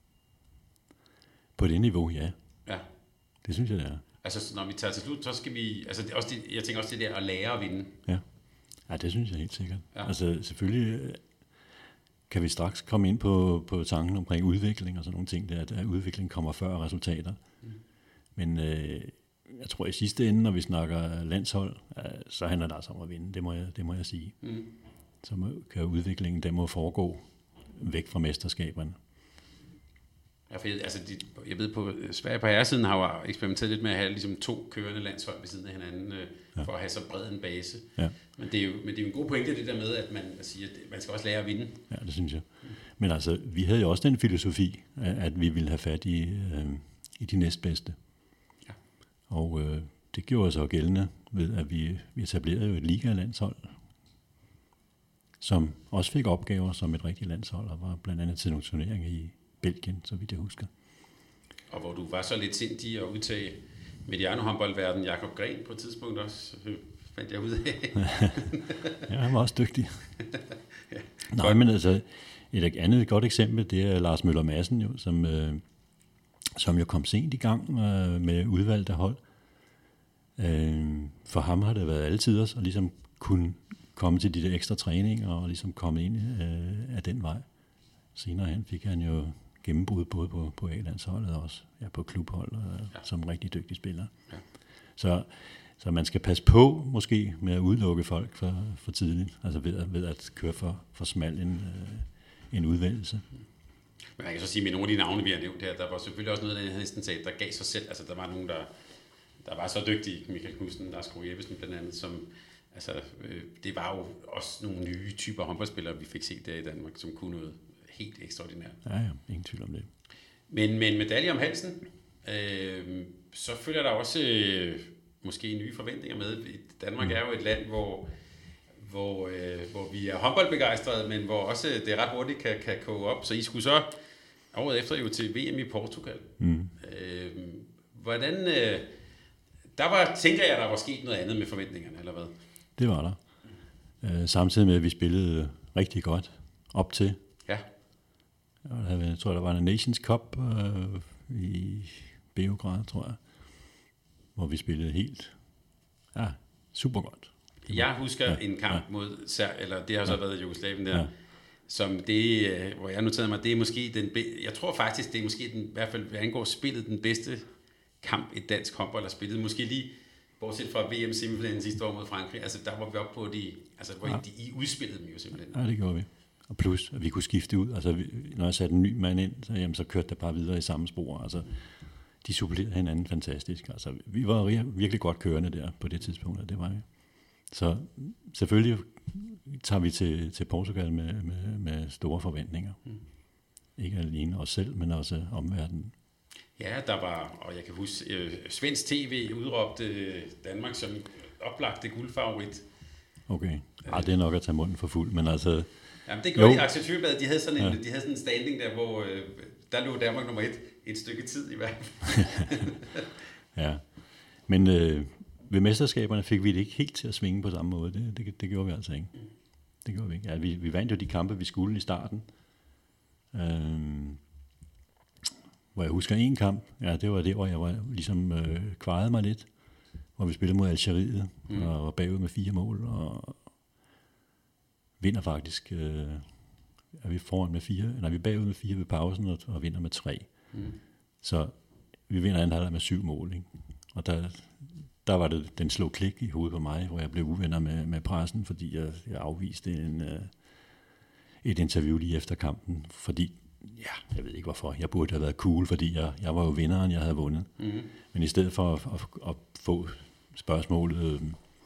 På det niveau, ja. Ja. Det synes jeg, det er. Altså, når vi tager til slut, så skal vi, altså det, også det, jeg tænker også det der at lære at vinde. Ja, ja, det synes jeg helt sikkert. Ja. Altså, selvfølgelig kan vi straks komme ind på, på tanken omkring udvikling og sådan nogle ting, der, at udvikling kommer før resultater. Mm. Men øh, jeg tror i sidste ende, når vi snakker landshold, øh, så handler det altså om at vinde, det må jeg, det må jeg sige. Mm. Så må, kan udviklingen, den må foregå væk fra mesterskaberne. Ja, for jeg, altså, de, jeg ved på, Sverige på herresiden har jo eksperimenteret lidt med at have ligesom to kørende landshold ved siden af hinanden, øh, ja. For at have så bred en base. Ja. Men, det er jo, men det er jo en god pointe, det der med, at man siger, at man skal også lære at vinde. Ja, det synes jeg. Mm. Men altså, vi havde jo også den filosofi, at vi ville have fat i, øh, i de næstbedste. Ja. Og øh, det gjorde så gældende ved, at vi, vi etablerede jo et liga-landshold, som også fik opgaver som et rigtigt landshold, og var blandt andet til nogle turneringer i Belgien, så vidt jeg husker. Og hvor du var så lidt sindig at udtage Mediano-håndboldverden Jakob Gren på et tidspunkt også, fandt jeg ud af. Ja, han var også dygtig. Ja. Nej, men altså, et andet godt eksempel, det er Lars Møller Madsen, jo, som, øh, som jo kom sent i gang øh, med udvalgte hold. Øh, for ham har det været alle tiders, og ligesom kunne komme til de der ekstra træninger, og ligesom komme ind øh, af den vej. Senere hen fik han jo gennembrud både på, på A-landsholdet og også ja, på klubhold øh, ja. Som rigtig dygtig spiller. Ja. Så, så man skal passe på måske med at udelukke folk for, for tidligt, altså ved, ved at køre for, for smal en, øh, en udvælgelse. Men jeg kan så sige, med nogle af de navne, vi har nævnt her, der var selvfølgelig også noget, der næsten sagde, der gav sig selv. Altså der var nogen, der, der var så dygtige, Michael Knudsen, Lars Krog Jeppesen blandt andet, som altså, øh, det var jo også nogle nye typer håndboldspillere, vi fik set der i Danmark, som kunne noget helt ekstraordinært. Ja, ja, ingen tvivl om det. Men med en medalje om halsen, øh, så følger der også øh, måske nye forventninger med. Danmark mm. er jo et land, hvor, hvor, øh, hvor vi er håndboldbegejstrede, men hvor også det ret hurtigt kan, kan koge op. Så I skulle så året efter jo til V M i Portugal. Mm. Øh, hvordan... Øh, der var, tænker jeg, der var sket noget andet med forventningerne, eller hvad? Det var der. Øh, samtidig med, at vi spillede rigtig godt op til. Ja. Jeg tror, der var en Nations Cup øh, i Beograd, tror jeg, hvor vi spillede helt, ja, super godt. Jeg husker ja, en kamp ja. mod, eller det har så ja. været i Jugoslavien der, ja. som det, hvor jeg noterede mig, det er måske den, jeg tror faktisk, det er måske den, i hvert fald hvad angår spillet, den bedste kamp et dansk håndbold har spillet. Måske lige, bortset fra V M-semifinalen sidste år mod Frankrig, altså der var vi oppe på de, altså hvor ja. de, I udspillede dem jo simpelthen. Ja, det gjorde vi. Og plus, at vi kunne skifte ud. Altså, når jeg satte en ny mand ind, så, jamen, så kørte det bare videre i samme spor. Altså, de supplerede hinanden fantastisk. Altså, vi var virkelig godt kørende der på det tidspunkt, og det var vi. Så selvfølgelig tager vi til, til Portugal med, med, med store forventninger. Mm. Ikke alene os selv, men også omverdenen. Ja, der var, og jeg kan huske, øh, svensk tv udråbte Danmark som oplagte guldfavorit. Okay, Ej, det er nok at tage munden for fuld, men altså... Jamen, det gjorde de Axel Thyrbad, de havde sådan en, ja. de havde sådan en standing der, hvor øh, der lå Danmark nummer et, et stykke tid i hvert fald. Ja, men øh, ved mesterskaberne fik vi det ikke helt til at svinge på samme måde, det, det, det gjorde vi altså ikke. Det gjorde vi ikke. Ja, vi, vi vandt jo de kampe, vi skulle i starten. Øhm, hvor jeg husker en kamp, ja, det var det, hvor jeg var, ligesom øh, kvarede mig lidt, hvor vi spillede mod Algeriet, mm. og var bagud med fire mål, og vinder faktisk, øh, er vi foran med fire, nej, vi er bagud med fire ved pausen, og, og vinder med tre. Mm. Så vi vinder anden halvleg med syv mål, ikke? Og der, der var det, den slog klik i hovedet på mig, hvor jeg blev uvenner med, med pressen, fordi jeg, jeg afviste en, uh, et interview lige efter kampen, fordi, ja, jeg ved ikke hvorfor, jeg burde have været cool, fordi jeg, jeg var jo vinderen, jeg havde vundet. Mm-hmm. Men i stedet for at, at, at få spørgsmålet,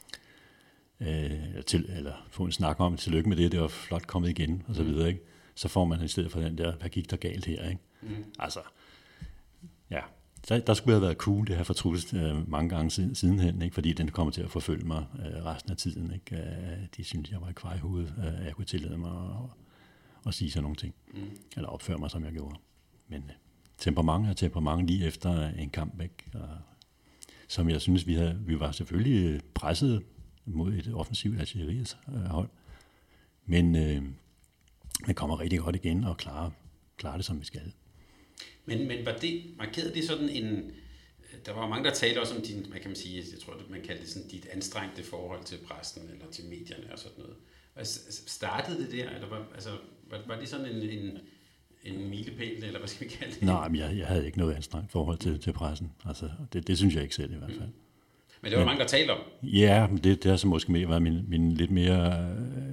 øh, til, eller få en snak om, tillykke med det, det var flot kommet igen, og så videre, ikke? Så får man i stedet for den der, hvad gik der galt her, ikke? Mm. Altså, ja, der, der skulle have været cool, det her fortrudt øh, mange gange siden, sidenhen, ikke? Fordi den kommer til at forfølge mig øh, resten af tiden, ikke? Øh, de synes, jeg var i kvej i hovedet, øh, jeg kunne tillade mig at, at sige sådan nogle ting, mm. eller opføre mig, som jeg gjorde. Men øh, temperament er temperament lige efter en kamp, ikke? Og, som jeg synes, vi, havde, vi var selvfølgelig presset mod et offensivt Algeriets øh, hold, men øh, man kommer rigtig godt igen og klarer, klarer det, som vi skal. Men, men var det, markerede det sådan en, der var mange, der talte også om din, hvad kan man sige, jeg tror, man kaldte det sådan dit anstrengte forhold til pressen, eller til medierne og sådan noget. Altså, startede det der, eller var, altså, var, var det sådan en, en, en milepæl, eller hvad skal vi kalde det? Nej, men jeg, jeg havde ikke noget anstrengt forhold til, til pressen. Altså, det, det synes jeg ikke selv i hvert fald. Mm. Men det var men, mange, der talte om. Ja, det, det har så måske mere været min, min lidt mere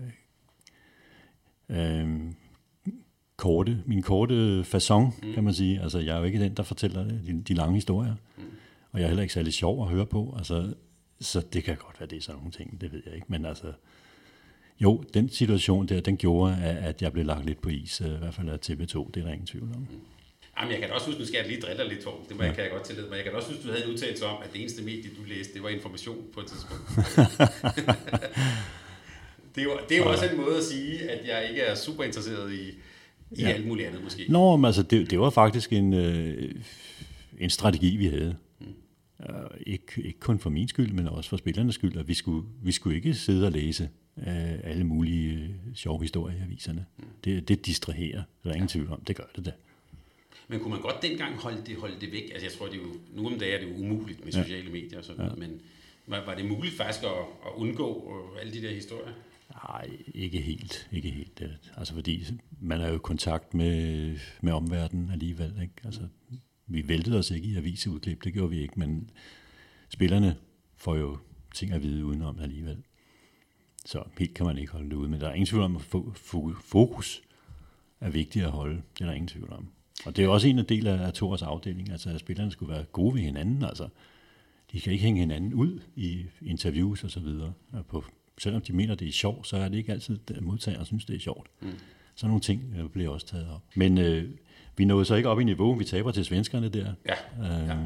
øh, øh, korte, min korte façon, mm. kan man sige. Altså, jeg er jo ikke den, der fortæller de, de lange historier. Mm. Og jeg er heller ikke særlig sjov at høre på. Altså, så det kan godt være, det er sådan nogle ting, det ved jeg ikke. Men altså, jo, den situation der, den gjorde, at jeg blev lagt lidt på is, i hvert fald af T V to, det er der ingen tvivl om. Mm. Jamen, jeg kan da også huske, nu skal jeg lige drille lidt, Torben, det må ja. jeg, kan jeg godt tillade mig. Jeg kan da også huske, du havde en udtalelse om, at det eneste medie, du læste, det var Information på et tidspunkt. det er jo, det er jo ja. også en måde at sige, at jeg ikke er super interesseret i, i ja. alt muligt andet, måske. Nå, men altså, det, det var faktisk en, øh, en strategi, vi havde. Mm. Uh, ikke, ikke kun for min skyld, men også for spillernes skyld, at vi skulle, vi skulle ikke sidde og læse uh, alle mulige uh, sjove historier i aviserne. Mm. Det, det distraherer, der er ingen ja. tvivl om, det gør det da. Men kunne man godt dengang holde det, holde det væk? Altså jeg tror, det er jo, nu om dagen er det jo umuligt med sociale ja. medier og sådan noget, ja. men var, var det muligt faktisk at, at undgå alle de der historier? Nej, ikke helt. Ikke helt. Altså fordi man er jo i kontakt med, med omverdenen alligevel, ikke? Altså, vi væltede os ikke i aviseudklip, det gjorde vi ikke, men spillerne får jo ting at vide udenom alligevel. Så helt kan man ikke holde det ude, men der er ingen tvivl om, at fokus er vigtigt at holde. Det er der ingen tvivl om. Og det er jo også en af del af Thors afdeling, altså at spillerne skulle være gode ved hinanden, altså de kan ikke hænge hinanden ud i interviews og så videre. Og på, selvom de mener, det er sjovt, så er det ikke altid, at modtageren synes, det er sjovt. Mm. Sådan nogle ting øh, bliver også taget op. Men øh, vi nåede så ikke op i niveau, vi taber til svenskerne der. Ja. Øh, ja.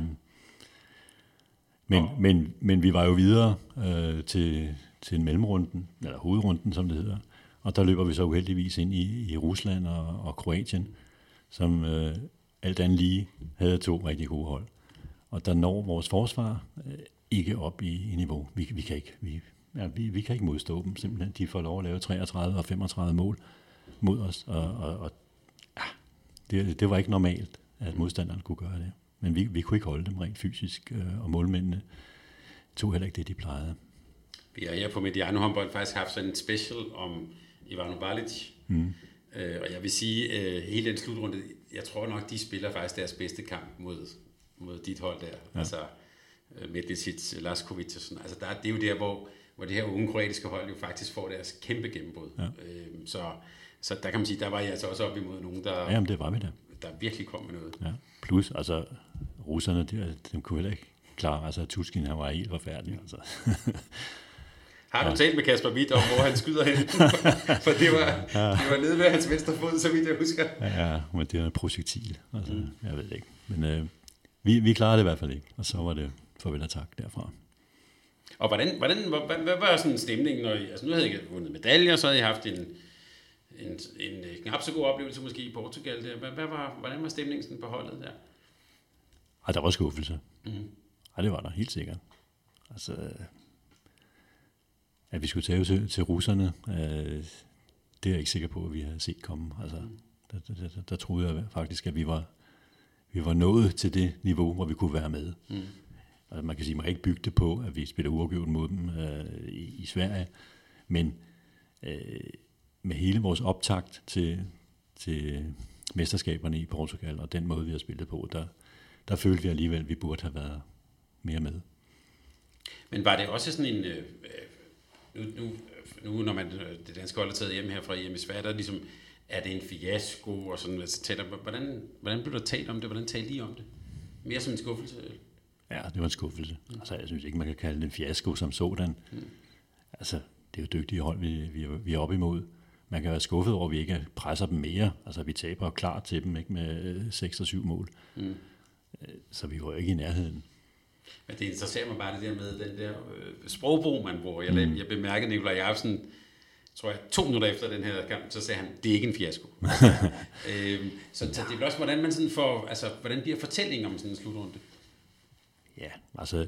Men, oh. men, men vi var jo videre øh, til, til en mellemrunden, eller hovedrunden, som det hedder. Og der løber vi så uheldigvis ind i, i Rusland og, og Kroatien, som øh, alt andet lige havde to rigtig gode hold. Og der når vores forsvar øh, ikke op i, i niveau. Vi, vi, kan ikke, vi, ja, vi, vi kan ikke modstå dem, simpelthen. De får lov at lave treogtredive og femogtredive mål mod os, og, og, og ja, det, det var ikke normalt, at modstanderen kunne gøre det. Men vi, vi kunne ikke holde dem rent fysisk, øh, og målmændene tog heller ikke det, de plejede. Vi har her på Mediano Håndbold faktisk haft sådan en special om Ivano Balic. Mm. Øh, og jeg vil sige, øh, hele den slutrunde, jeg tror nok, de spiller faktisk deres bedste kamp mod, mod dit hold der. Ja. Altså øh, Medvicic, Laskovic og sådan. Altså der, det er jo der, hvor, hvor det her unge kroatiske hold jo faktisk får deres kæmpe gennembrud. Ja. Øh, så, så der kan man sige, der var jeg altså også op imod nogen, der, ja, jamen, det var vi der. der virkelig kom med noget. Ja. Plus, altså russerne, de, de kunne heller ikke klare, altså Tuskin, han var helt forfærdelig. Altså. Har du ja. talt med Kasper Witt om, hvor han skyder hen? For det var, ja. det var nede ved hans venstre fod, så vidt jeg husker. Ja, men det er en projektil. Altså, mm. Jeg ved ikke. Men øh, vi, vi klarede det i hvert fald ikke. Og så var det farvel og tak derfra. Og hvordan, hvordan, hvad, hvad var sådan stemningen? Når I, altså nu havde I ikke vundet medaljer, så havde I haft en, en, en, en knap så god oplevelse måske i Portugal. Der. Hvad, hvad var, hvordan var stemningen sådan på holdet der? Ej, der var skuffelse. Mm. Ej, det var der helt sikkert. Altså... At vi skulle tage til, til russerne, øh, det er jeg ikke sikker på, at vi havde set komme. Altså, der, der, der, der troede jeg faktisk, at vi var, vi var nået til det niveau, hvor vi kunne være med. Mm. Altså, man kan sige, at man ikke bygge det på, at vi spiller uafgjort mod dem øh, i, i Sverige, men øh, med hele vores optakt til, til mesterskaberne i Portugal, og den måde, vi har spillet på, der, der følte vi alligevel, at vi burde have været mere med. Men var det også sådan en... Øh, nu, nu, nu når man det danske hold er taget hjem her fra E M i Sverige, der ligesom, er det en fiasko og sådan, altså, taler, hvordan, hvordan blev der talt om det? Hvordan talte I om det? Mere som en skuffelse? Ja, det var en skuffelse. Mm. Altså, jeg synes ikke, man kan kalde det en fiasko som sådan. Mm. Altså, det er jo dygtige hold, vi, vi, vi er op imod. Man kan være skuffet over, at vi ikke presser dem mere. Altså, vi taber klart til dem ikke med seks og syv mål. Mm. Så vi var jo ikke i nærheden. Men det interesserer mig bare det der med den der øh, sprogbrug, man bruger. Jeg, mm. jeg bemærkede Nikolaj Jacobsen, tror jeg, to minutter efter den her kamp, så sagde han, det er ikke en fiasko. øhm, så, så det er også, hvordan man sådan får, altså, hvordan bliver fortællingen om sådan en slutrunde? Ja, altså,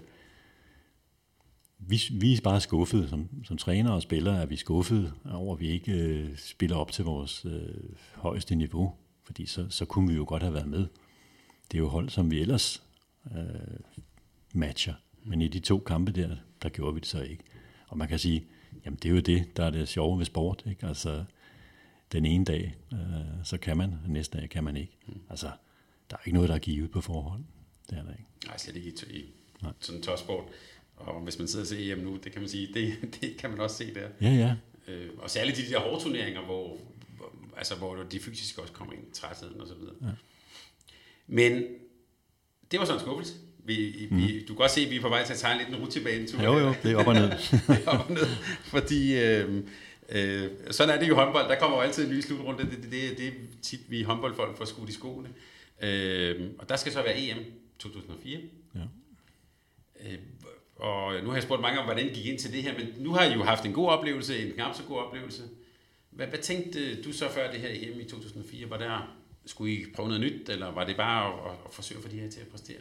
vi, vi er bare skuffede, som, som træner og spillere er vi skuffede over, at vi ikke øh, spiller op til vores øh, højeste niveau, fordi så, så kunne vi jo godt have været med. Det er jo hold, som vi ellers øh, matcher, men i de to kampe der, der gjorde vi det så ikke. Og man kan sige, jamen det er jo det, der er det sjove ved sport, ikke? Altså, den ene dag, øh, så kan man, og næste dag kan man ikke. Mm. Altså, der er ikke noget, der er givet på forhånd. Det er der ikke. Nej, slet ikke i, i sådan en topsport. Og hvis man sidder og ser E M nu, det kan man sige, det, det kan man også se der. Ja, ja. Øh, og særligt de der hårde turneringer, hvor, hvor, altså, hvor de fysisk også kommer ind i trætheden og så videre. Ja. Men det var sådan en skuffelse. Vi, mm. vi, du kan godt se, at vi er på vej til at tegne lidt en rutsjebane. Jo, jo, det er op og ned. det er op og ned, fordi øh, øh, sådan er det jo håndbold. Der kommer jo altid en ny slutrunde. Det, det, det, det er tit, vi håndboldfolk får skudt i skoene. Øh, og der skal så være E M to tusind og fire. Ja. Øh, og nu har jeg spurgt mange om, hvordan I gik ind til det her, men nu har I jo haft en god oplevelse, en knap så god oplevelse. Hvad, hvad tænkte du så før det her E M i to tusind og fire? Var der, skulle I prøve noget nyt, eller var det bare at, at, at forsøge at få de her til at præstere?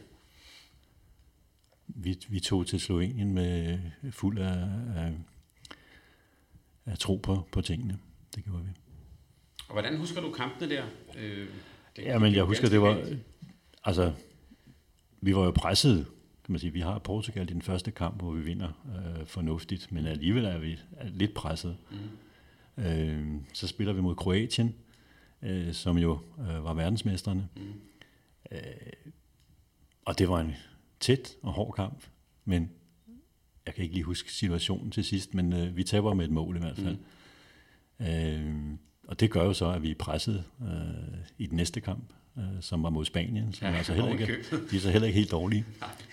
Vi, vi tog til Slovenien med fuld af, af, af tro på, på tingene. Det gjorde vi. Og hvordan husker du kampene der? Øh, det, ja, men jeg husker, det var... Altså, vi var jo presset, kan man sige. Vi har Portugal i den første kamp, hvor vi vinder øh, fornuftigt, men alligevel er vi lidt presset. Mm. Øh, så spiller vi mod Kroatien, øh, som jo øh, var verdensmestrene. Mm. Øh, og det var en tæt og hård kamp, men jeg kan ikke lige huske situationen til sidst, men øh, vi taber med et mål i hvert fald. Mm. Øh, og det gør jo så, at vi er presset øh, i den næste kamp, øh, som var mod Spanien, som ja, altså heller ikke, de er så heller ikke helt dårlige.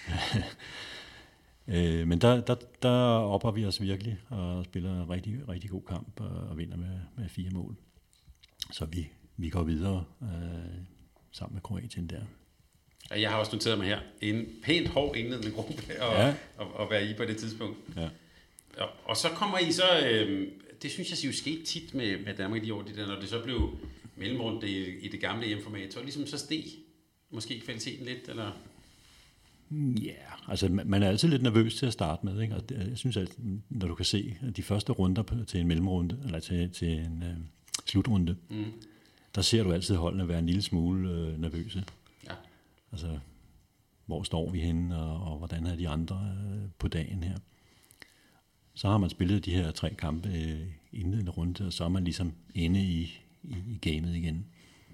øh, men der, der, der opper vi os virkelig og spiller en rigtig, rigtig god kamp og, og vinder med, med fire mål. Så vi, vi går videre øh, sammen med Kroatien der. Jeg har også noteret mig her, en pænt hård indledende gruppe at, ja. at, at være i på det tidspunkt. Ja. Og, og så kommer I så, øh, det synes jeg jo skete tit med, med Danmark i de år, de der, når det så blev mellemrundt i, i det gamle E M-format, så ligesom så steg måske kvaliteten lidt, eller? Ja, yeah, altså man er altid lidt nervøs til at starte med, ikke? Og det, jeg synes, at når du kan se de første runder til en mellemrunde, eller til, til en øh, slutrunde, mm. der ser du altid holdene være en lille smule øh, nervøse. Ja. Altså, hvor står vi henne, og, og hvordan er de andre øh, på dagen her. Så har man spillet de her tre kampe øh, indledende runde, og så er man ligesom inde i, i, i gamet igen.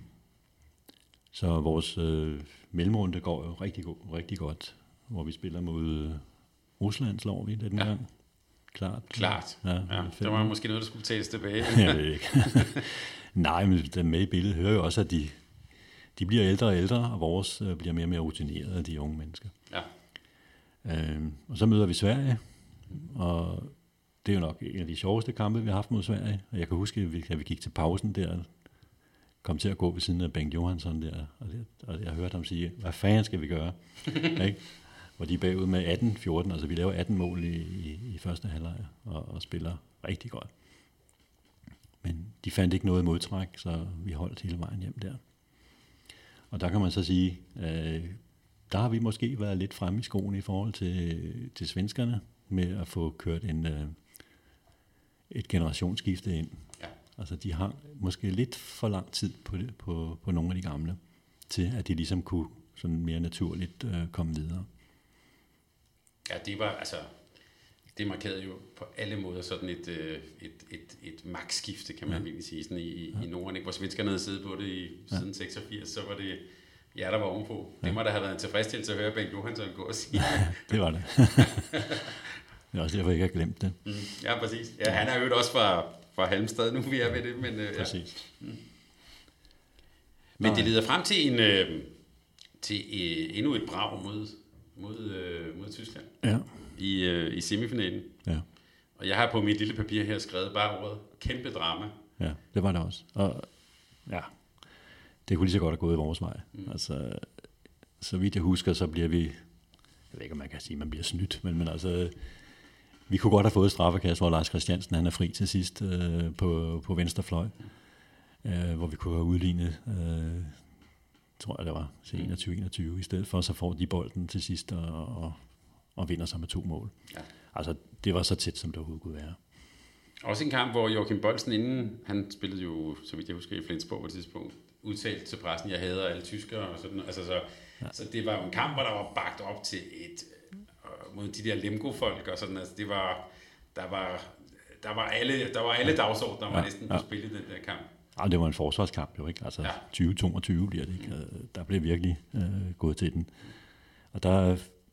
Så vores øh, mellemrunde går jo rigtig, go- rigtig godt, hvor vi spiller mod øh, Rusland, slår vi den ja. gang. Klart. Klart. Ja, ja, det var måske noget, der skulle tages tilbage. Jeg ved ikke. Nej, men den med i billedet hører jo også, at de De bliver ældre og ældre, og vores øh, bliver mere og mere rutinerede, de unge mennesker. Ja. Øhm, og så møder vi Sverige, og det er jo nok en af de sjoveste kampe, vi har haft mod Sverige. Og jeg kan huske, at vi, at vi gik til pausen der, kom til at gå ved siden af Bengt Johansson der, og, det, og jeg hørte ham sige, hvad fanden skal vi gøre? Ikke? Hvor de er bagud med atten fjorten, altså vi laver atten mål i, i, i første halvleg, og, og spiller rigtig godt. Men de fandt ikke noget modtræk, så vi holdt hele vejen hjem der. Og der kan man så sige, øh, der har vi måske været lidt fremme i skoene i forhold til, til svenskerne, med at få kørt en, øh, et generationsskifte ind. Ja. Altså de har måske lidt for lang tid på, det, på, på nogle af de gamle, til at de ligesom kunne sådan mere naturligt øh, komme videre. Ja, det var altså, det markerede jo på alle måder sådan et, et, et, et, et magtskifte, kan man ja. virkelig sige, sådan i, ja. i Norden, ikke? Hvor svenskerne havde siddet på det i, siden ja. seksogfirs, så var det Ja, der var ovenpå. Det må da have været en tilfredsstillelse at høre Bengt Johansson gå og sige. Det var det. Det er også derfor, jeg ikke har glemt det. Mm, ja, præcis. Ja, han er jo også fra, fra Halmstad, nu vi er ved det. Men, øh, ja. Præcis. Mm. Men det leder frem til, en, øh, til øh, endnu et brag mod, mod, øh, mod Tyskland ja. i, øh, i semifinalen. Ja. Og jeg har på mit lille papir her skrevet bare ordet kæmpe drama. Ja, det var det også. Og ja, det kunne lige så godt have gået i vores vej. Mm. Altså, så vidt jeg husker, så bliver vi, jeg ved ikke, om man kan sige, at man bliver snydt, men, men altså, vi kunne godt have fået straffekast, hvor Lars Christiansen, han er fri til sidst øh, på, på venstre fløj, øh, hvor vi kunne have udlignet, øh, tror jeg det var, til enogtyve enogtyve, i stedet for, så får de bolden til sidst og, og, og vinder sig med to mål. Ja. Altså, det var så tæt, som det overhovedet kunne være. Også en kamp, hvor Joachim Boldsen inden, han spillede jo, så vidt jeg husker, i Flensborg på et tidspunkt, udtalt til pressen, jeg hader alle tyskere og sådan. Altså, så, ja. så det var jo en kamp, hvor der var bagt op til et, øh, mod de der Lemgo-folk og sådan. Altså, det var, der var, der var alle, der var alle dagsordner, der var ja. næsten på ja. spil i den der kamp. Ja, det var en forsvarskamp jo, ikke? Altså ja. tyve toogtyve bliver det, ikke? Der blev virkelig øh, gået til den. Og der,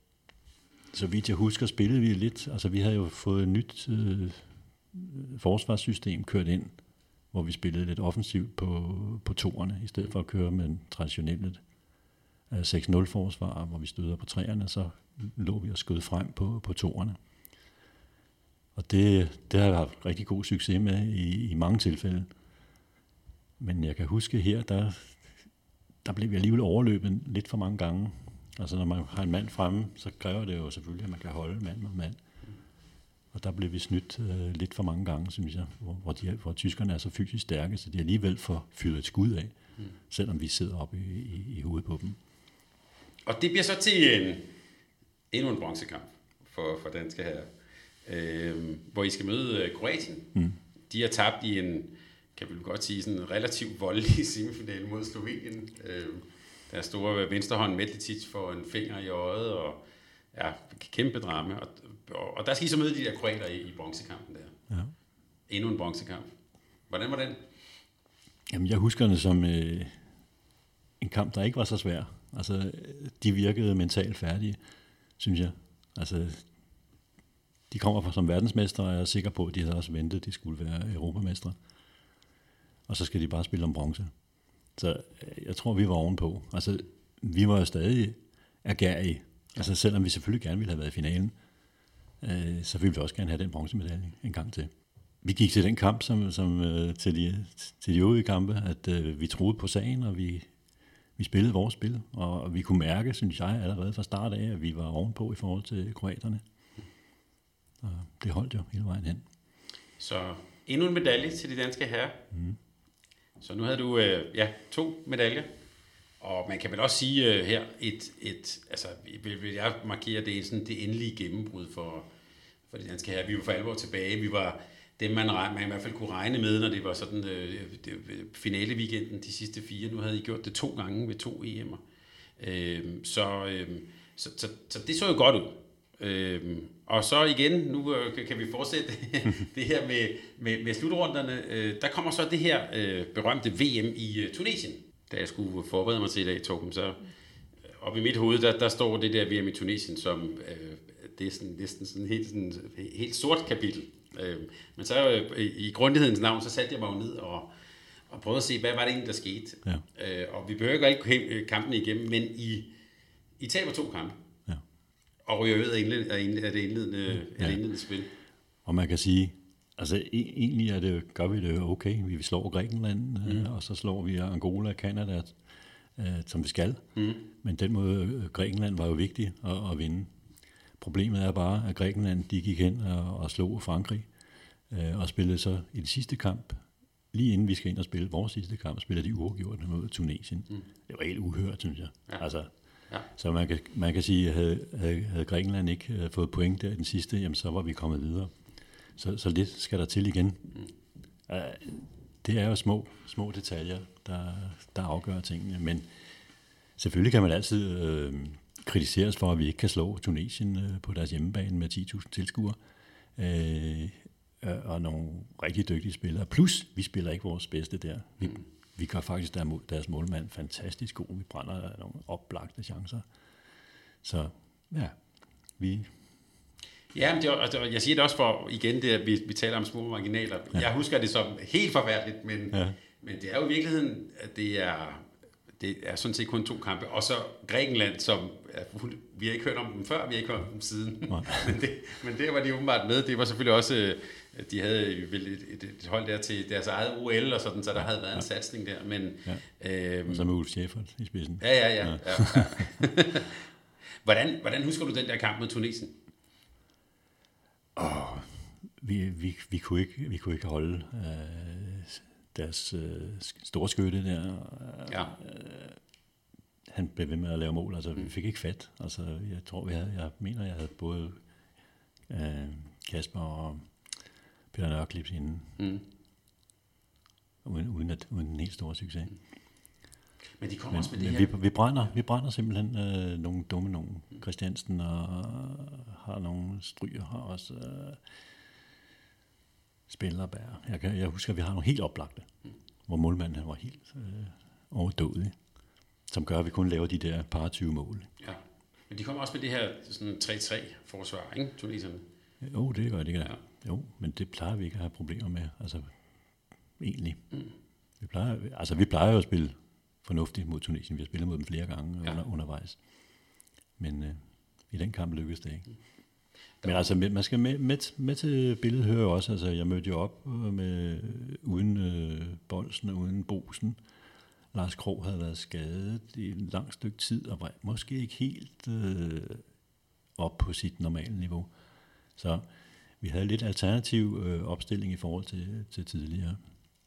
så vidt jeg husker, spillede vi lidt, altså vi havde jo fået et nyt øh, forsvarssystem kørt ind, hvor vi spillede lidt offensivt på, på toerne, i stedet for at køre med en traditionelle øh, seks nul forsvar, hvor vi støder på træerne, så lå vi og skød frem på, på toerne. Og det, det har jeg haft rigtig god succes med i, i mange tilfælde. Men jeg kan huske her, der, der blev vi alligevel overløbet lidt for mange gange. Altså når man har en mand fremme, så kræver det jo selvfølgelig, at man kan holde mand mod mand. Og der blev vi snydt øh, lidt for mange gange, synes jeg, hvor, hvor, de, hvor tyskerne er så fysisk stærke, så de alligevel får fyret et skud af, mm. selvom vi sidder oppe i, i, i hovedet på dem. Og det bliver så til en, endnu en bronzekamp for, for danske herrer, øh, hvor I skal møde øh, Kroatien. Mm. De har tabt i en, kan vi godt sige, sådan en relativt voldelig semifinale mod Slovenien. Øh, der store venstrehånd Medličić får en finger i øjet, og ja, kæmpe drama. Og, og, og der skal I så møde de der kroater i, i bronzekampen der. Ja. Endnu en bronzekamp. Hvordan var den? Jamen, jeg husker det som øh, en kamp, der ikke var så svær. Altså, de virkede mentalt færdige, synes jeg. Altså, de kommer fra som verdensmestre, og jeg er sikker på, at de havde også ventet, at de skulle være europamestre. Og så skal de bare spille om bronze. Så jeg tror, vi var ovenpå. Altså, vi var jo stadig ærgerrige. Altså, selvom vi selvfølgelig gerne ville have været i finalen, øh, så ville vi også gerne have den bronzemedalje en gang til. Vi gik til den kamp, som, som øh, til, de, til de øvrige kampe, at øh, vi troede på sagen, og vi, vi spillede vores spil. Og vi kunne mærke, synes jeg, allerede fra start af, at vi var ovenpå i forhold til kroaterne. Og det holdt jo hele vejen hen. Så endnu en medalje til de danske herrer. Mm. Så nu havde du øh, ja, to medaljer. Og man kan vel også sige uh, her, et, et, altså, vil, vil jeg markere det, sådan, det endelige gennembrud for, for de danske herrer. Vi var for alvor tilbage. Vi var dem, man, man i hvert fald kunne regne med, når det var sådan uh, det, finaleweekenden, de sidste fire. Nu havde I gjort det to gange ved to E M'er. Uh, så, uh, så, så, så det så jo godt ud. Uh, og så igen, nu uh, kan vi fortsætte det her med, med, med slutrunderne. Uh, der kommer så det her uh, berømte V M i uh, Tunesien. Da jeg skulle forberede mig til i dag, Torben, så oppe i mit hoved, der, der står det der V M i Tunesien, som øh, det er sådan, næsten sådan helt, sådan, helt sort kapitel. Øh, men så øh, i grundlighedens navn, så satte jeg mig jo ned og, og prøvede at se, hvad var det egentlig, der skete. Ja. Øh, og vi behøver ikke alle kampene igennem, men I, I taber to kampe. Ja. Og ryger ud af, indled, af det indledende, ja. af det indledende spil. Og man kan sige, altså egentlig er det, gør vi det okay. Vi slår Grækenland, mm. øh, og så slår vi Angola og Canada, øh, som vi skal. Mm. Men den måde, Grækenland var jo vigtig at, at vinde. Problemet er bare, at Grækenland de gik hen og, og slog Frankrig, øh, og spillede så i den sidste kamp, lige inden vi skal ind og spille vores sidste kamp, spillede de uafgjort mod Tunesien. Mm. Det var helt uhørt, synes jeg. Ja. Altså, ja. Så man kan, man kan sige, at havde, havde, havde Grækenland ikke fået point der i den sidste, jamen så var vi kommet videre. Så, så lidt skal der til igen. Uh, det er jo små, små detaljer, der, der afgør tingene, men selvfølgelig kan man altid øh, kritiseres for, at vi ikke kan slå Tunesien øh, på deres hjemmebane med ti tusind tilskuere, øh, og nogle rigtig dygtige spillere. Plus, vi spiller ikke vores bedste der. Vi, vi gør faktisk der, deres målmand fantastisk god. Vi brænder nogle oplagte chancer. Så ja, vi... Ja, men det er, jeg siger det også for, igen, det, at vi, vi taler om små marginaler. Ja. Jeg husker det som helt forfærdeligt, men, ja. men det er jo i virkeligheden, at det er, det er sådan set kun to kampe. Og så Grækenland, som er, vi har ikke hørt om dem før, vi har ikke hørt om dem siden. men, det, men det var de åbenbart med. Det var selvfølgelig også, de havde vel et, et, et hold der til deres eget O L og sådan, så der havde været en satsning der. Men, ja. øhm, og så med Ulf Schäfer i spidsen. Ja, ja, ja. ja. ja, ja. hvordan, hvordan husker du den der kamp mod Tunesien? Oh, vi, vi, vi, kunne ikke, vi kunne ikke holde øh, deres øh, store skytte der. Ja. Øh, han blev ved med at lave mål, altså mm. vi fik ikke fat. Altså, jeg tror, vi havde, jeg mener, jeg havde både øh, Kasper og Peter Nørklips inden, mm. uden, uden, at, uden en helt stor succes. Mm. Men de kommer også med men det her. Vi, vi, brænder, vi brænder simpelthen øh, nogle dumme nogen. Christiansen og har nogle stryger, har også øh, Spillerberg. Jeg, kan, jeg husker, at vi har nogle helt oplagte, mm. hvor målmanden han var helt øh, overdådig, som gør, at vi kun laver de der par tyve mål. Ja, men de kommer også med det her sådan tre-tre-forsvar, ikke, tuneserne? Jo, det gør det, ikke. Ja. Jo, men det plejer vi ikke at have problemer med, altså egentlig. Mm. Vi plejer, altså vi plejer jo at spille fornuftigt mod Tunesien. Vi har spillet mod dem flere gange ja. under, undervejs. Men øh, i den kamp lykkedes det ikke. Mm. Men altså, man skal med, med, med til billedet høre også, altså jeg mødte jo op med, uden øh, Bolsen og uden Bosen. Lars Krog havde været skadet i en lang stykke tid, og var måske ikke helt øh, op på sit normale niveau. Så vi havde lidt alternativ øh, opstilling i forhold til, til tidligere.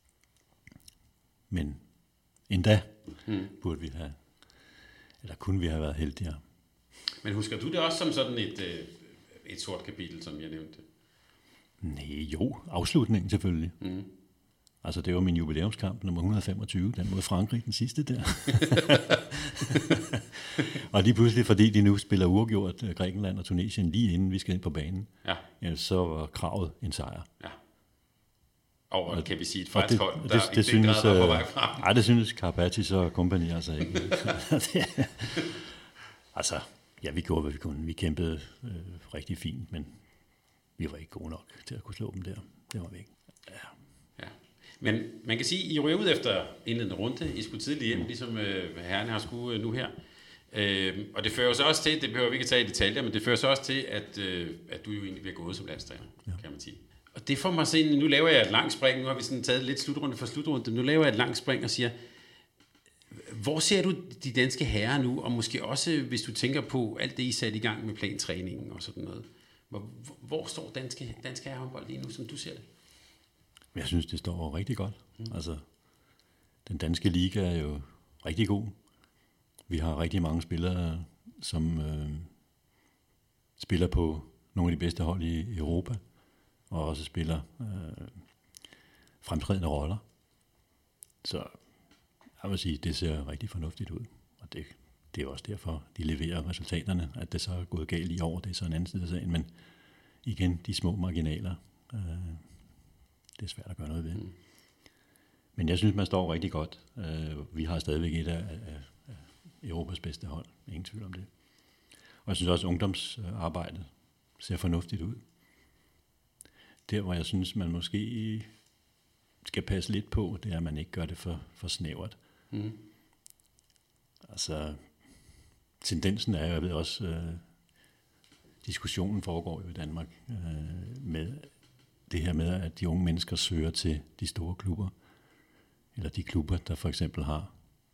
Men endda hmm. burde vi have, eller kunne vi have været heldigere. Men husker du det også som sådan et, et sort kapitel, som jeg nævnte? Nej, jo, afslutningen selvfølgelig. Hmm. Altså det var min jubilæumskamp nummer et hundrede femogtyve, den mod Frankrig, den sidste der. Og lige pludselig, fordi de nu spiller uafgjort Grækenland og Tunesien lige inden vi skal ind på banen, ja. Ja, så var kravet en sejr. Ja. Og, og kan vi sige et fransk hold, der det, det, det ikke synes, grad var på vej frem. Nej, det synes Karabatis og kompagni altså ikke. Altså, ja, vi gjorde, hvad vi kunne. Vi kæmpede øh, rigtig fint, men vi var ikke gode nok til at kunne slå dem der. Det var vi ikke. Ja. Ja. Men man kan sige, at I ryger ud efter indledende runde. I skulle tidligt hjem, ligesom øh, herrerne har skulle øh, nu her. Øh, og det fører så også til, det behøver vi ikke at tage i detaljer, men det fører så også til, at, øh, at du jo egentlig bliver gået som landstræner, ja. Kan man sige. Og det får mig så ind, nu laver jeg et langt spring, nu har vi sådan taget lidt slutrunde for slutrunde, nu laver jeg et langt spring og siger, hvor ser du de danske herrer nu, og måske også, hvis du tænker på alt det, I satte i gang med plantræningen og sådan noget, hvor, hvor står danske, danske herrehåndbold lige nu, som du ser det? Jeg synes, det står rigtig godt. Mm. Altså, den danske liga er jo rigtig god. Vi har rigtig mange spillere, som øh, spiller på nogle af de bedste hold i Europa, og også spiller øh, fremtrædende roller. Så jeg vil sige, det ser rigtig fornuftigt ud. Og det, det er også derfor, de leverer resultaterne. At det så er gået galt i år, det er så en anden side af sagen. Men igen, de små marginaler, øh, det er svært at gøre noget ved. Mm. Men jeg synes, man står rigtig godt. Øh, vi har stadigvæk et af, af, af Europas bedste hold. Ingen tvivl om det. Og jeg synes også, at ungdomsarbejdet ser fornuftigt ud. Der, hvor jeg synes, man måske skal passe lidt på, det er, at man ikke gør det for, for snævert. Mm. Altså, tendensen er jo, jeg ved også, øh, diskussionen foregår jo i Danmark, øh, med det her med, at de unge mennesker søger til de store klubber, eller de klubber, der for eksempel har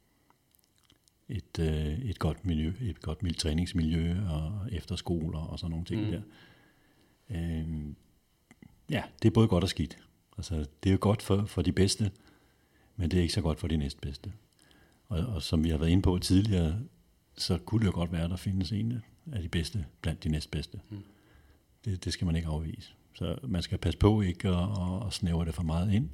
et, øh, et godt miljø, et godt miljø, træningsmiljø og efterskoler og sådan nogle ting mm. der. Øh, ja, det er både godt og skidt. Altså, det er jo godt for, for de bedste, men det er ikke så godt for de næstbedste. Og, og som vi har været inde på tidligere, så kunne det jo godt være, at der findes en af de bedste blandt de næstbedste. Mm. Det, det skal man ikke afvise. Så man skal passe på ikke at, at snævre det for meget ind.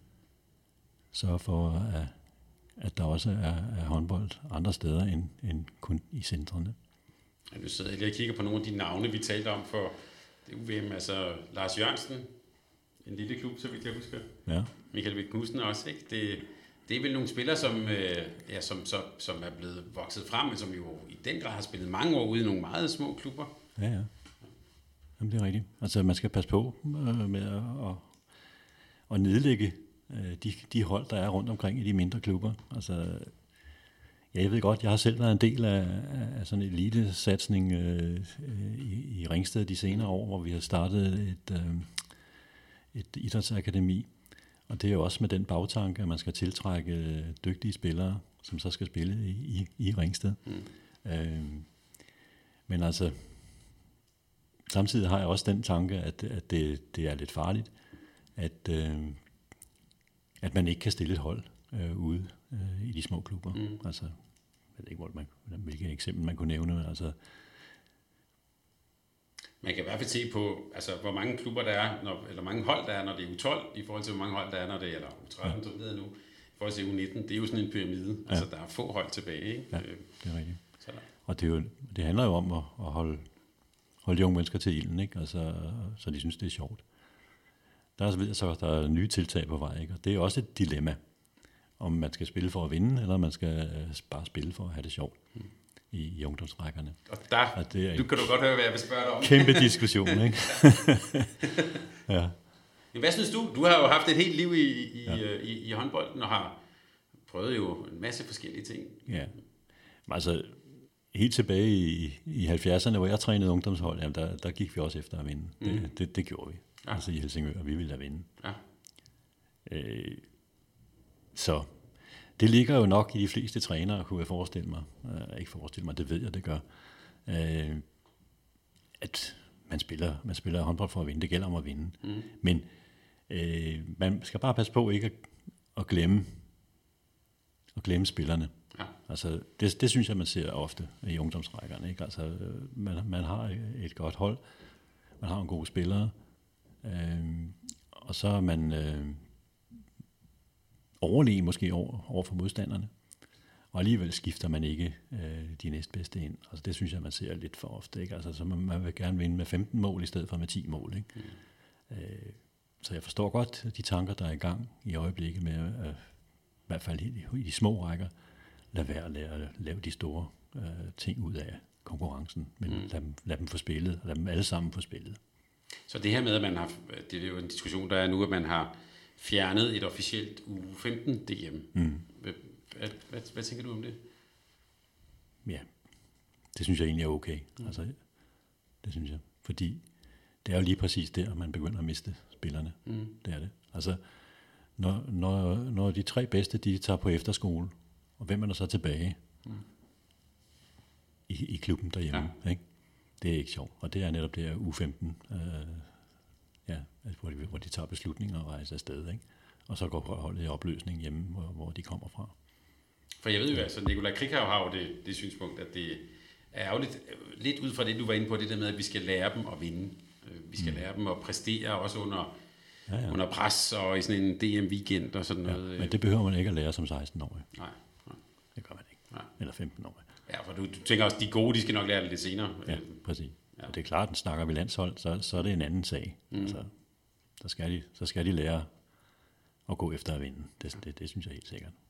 Sørg for, at, at der også er, er håndbold andre steder end, end kun i centrene. Ja, nu sidder jeg lige og kigger på nogle af de navne, vi talte om for det U V M. Altså Lars Jørgensen, en lille klub, så vidt jeg husker. Ja. Michael Witt Knudsen også, ikke? Det, det er vel nogle spillere, som, øh, ja, som, som, som er blevet vokset frem, men som jo i den grad har spillet mange år ude i nogle meget små klubber. Ja, ja. Jamen, det er rigtigt. Altså, man skal passe på øh, med at, at, at nedlægge øh, de, de hold, der er rundt omkring i de mindre klubber. Altså, ja, jeg ved godt, jeg har selv været en del af, af sådan en elitesatsning øh, i, i Ringsted de senere år, hvor vi har startet et, øh, et idrætsakademi. Og det er jo også med den bagtanke, at man skal tiltrække dygtige spillere, som så skal spille i, i, i Ringsted. Mm. Øh, men altså, samtidig har jeg også den tanke, at, at det, det er lidt farligt, at, øh, at man ikke kan stille et hold øh, ude øh, i de små klubber. Mm. Altså, jeg ved ikke, hvor man, hvilket eksempel man kunne nævne. Altså, man kan i hvert fald se på, altså, hvor mange klubber der er, når, eller mange hold der er, når det er U tolv, i forhold til hvor mange hold der er, når det er, eller U tretten, ja. Så ved jeg nu, i forhold til U nitten. Det er jo sådan en pyramide. Ja. Altså, der er få hold tilbage, ikke? Ja, det er rigtigt. Så der. Og det, er jo, det handler jo om at, at holde, holde de unge mennesker til ilden, ikke? Altså, så de synes, det er sjovt. Der er, ved, så, der er nye tiltag på vej, ikke? Og det er også et dilemma, om man skal spille for at vinde, eller man skal bare spille for at have det sjovt hmm. i, i ungdomsrækkerne. Og der, og det er du kan du godt høre, hvad jeg vil spørge dig om. Kæmpe diskussion, ikke? Ja. Men hvad synes du? Du har jo haft et helt liv i, i, ja. i, i håndbolden, og har prøvet jo en masse forskellige ting. Ja, altså helt tilbage i, i halvfjerdserne, hvor jeg trænede ungdomshold, jamen der, der gik vi også efter at vinde. Mm. Det, det, det gjorde vi. Ja. Altså i Helsingør, vi ville da vinde. Ja. Øh, så det ligger jo nok i de fleste trænere, kunne jeg forestille mig. Øh, ikke forestille mig, det ved jeg, det gør. Øh, at man spiller, man spiller håndbold for at vinde. Det gælder om at vinde. Mm. Men øh, man skal bare passe på ikke at, at glemme at glemme spillerne. Ja. Altså, det, det synes jeg, man ser ofte i ungdomsrækkerne. Ikke? Altså, man, man har et godt hold, man har nogle gode spillere, øh, og så er man øh, overlegen måske over, over for modstanderne, og alligevel skifter man ikke øh, de næstbedste ind. Altså, det synes jeg, man ser lidt for ofte. Ikke? Altså, så man, man vil gerne vinde med femten mål i stedet for med ti mål. Ikke? Mm. Øh, så jeg forstår godt de tanker, der er i gang i øjeblikket med, øh, i hvert fald i, i de små rækker, lad være at lave, lave de store øh, ting ud af konkurrencen, men mm. lad, dem, lad dem få spillet, og lad dem alle sammen få spillet. Så det her med, at man har, det er jo en diskussion, der er nu, at man har fjernet et officielt U femten D M. Mm. Hvad, hvad, hvad, hvad tænker du om det? Ja, det synes jeg egentlig er okay. Mm. Altså, det synes jeg, fordi det er jo lige præcis der, man begynder at miste spillerne. Mm. Det er det. Altså, når, når, når de tre bedste, de tager på efterskole, og hvem er der så tilbage mm. i, i klubben derhjemme? Ja. Ikke? Det er ikke sjovt, og det er netop det her U femten, øh, ja, hvor, de, hvor de tager beslutninger og rejser afsted, ikke? Og så går holdet i opløsning hjemme, hvor, hvor de kommer fra. For jeg ved jo, altså Nikolaj Krikau har jo det, det synspunkt, at det er jo lidt, lidt ud fra det, du var inde på, det der med, at vi skal lære dem at vinde. Vi skal mm. lære dem at præstere, også under, ja, ja. under pres og i sådan en D M-weekend og sådan noget. Ja, men det behøver man ikke at lære som seksten-årig. Nej, nej. Det gør man ikke. Nej. Eller femten-årig. Ja, for du, du tænker også, de gode, de skal nok lære det lidt senere. Ja, præcis. Ja. Og det er klart, at snakker vi landshold, så, så er det en anden sag. Mm. Altså, så, skal de, så skal de lære at gå efter at vinde. Det, det, det synes jeg helt sikkert.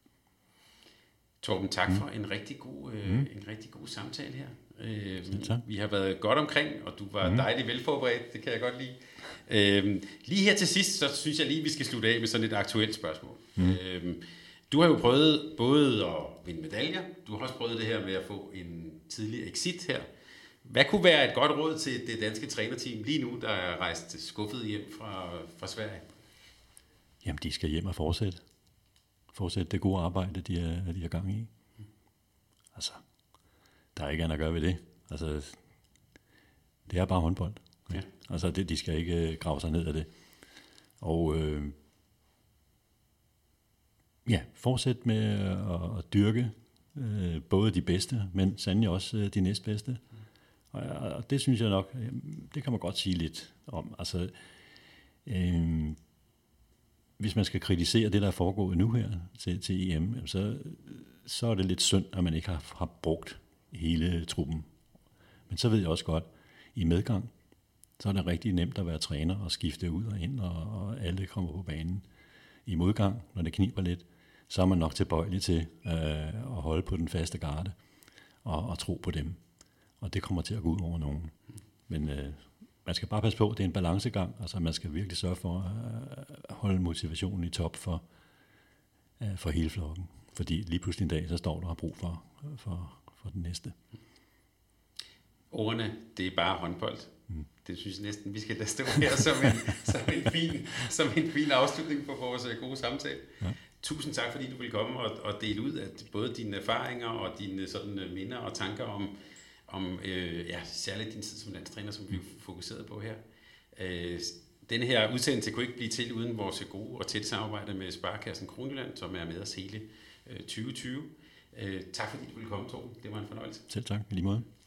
Torben, tak mm. for en rigtig god, øh, mm. en rigtig god samtale her. Øh, vi har været godt omkring, og du var mm. dejligt velforberedt, det kan jeg godt lide. Øh, lige her til sidst, så synes jeg lige, vi skal slutte af med sådan et aktuelt spørgsmål. Mm. Øh, du har jo prøvet både at vinde medaljer, du har også prøvet det her med at få en tidlig exit her. Hvad kunne være et godt råd til det danske trænerteam lige nu, der er rejst skuffet hjem fra, fra Sverige? Jamen, de skal hjem og fortsætte. Fortsætte det gode arbejde, de er, de er gang i. Altså, der er ikke andet at gøre ved det. Altså, det er bare håndbold. Ja. Altså, det, de skal ikke grave sig ned af det. Og øh, ja, fortsæt med at, at dyrke øh, både de bedste, men sandelig også øh, de næstbedste. Og, og det synes jeg nok, det kan man godt sige lidt om. Altså, øh, hvis man skal kritisere det, der er foregået nu her til, til E M, så, så er det lidt synd, at man ikke har, har brugt hele truppen. Men så ved jeg også godt, i medgang, så er det rigtig nemt at være træner og skifte ud og ind, og, og alle kommer på banen. I modgang, når det kniber lidt, så er man nok tilbøjelig til øh, at holde på den faste garde og, og tro på dem. Og det kommer til at gå ud over nogen. Men øh, man skal bare passe på, at det er en balancegang. Altså man skal virkelig sørge for at holde motivationen i top for, øh, for hele flokken. Fordi lige pludselig en dag, så står der og har brug for, for, for den næste. Ordene, det er bare håndbold. Mm. Det synes jeg næsten, vi skal lade stå her som en, som en, fin, som en fin afslutning på vores gode samtale. Ja. Tusind tak, fordi du ville komme og, og dele ud af både dine erfaringer og dine sådan, minder og tanker om, om øh, ja, særligt din tid som landstræner, som vi jo fokuserede på her. Øh, denne her udsendelse kunne ikke blive til uden vores gode og tætte samarbejde med Sparekassen Kronjylland, som er med os hele øh, tyve tyve. Øh, tak fordi du ville komme, Torben. Det var en fornøjelse. Selv tak, i lige måde.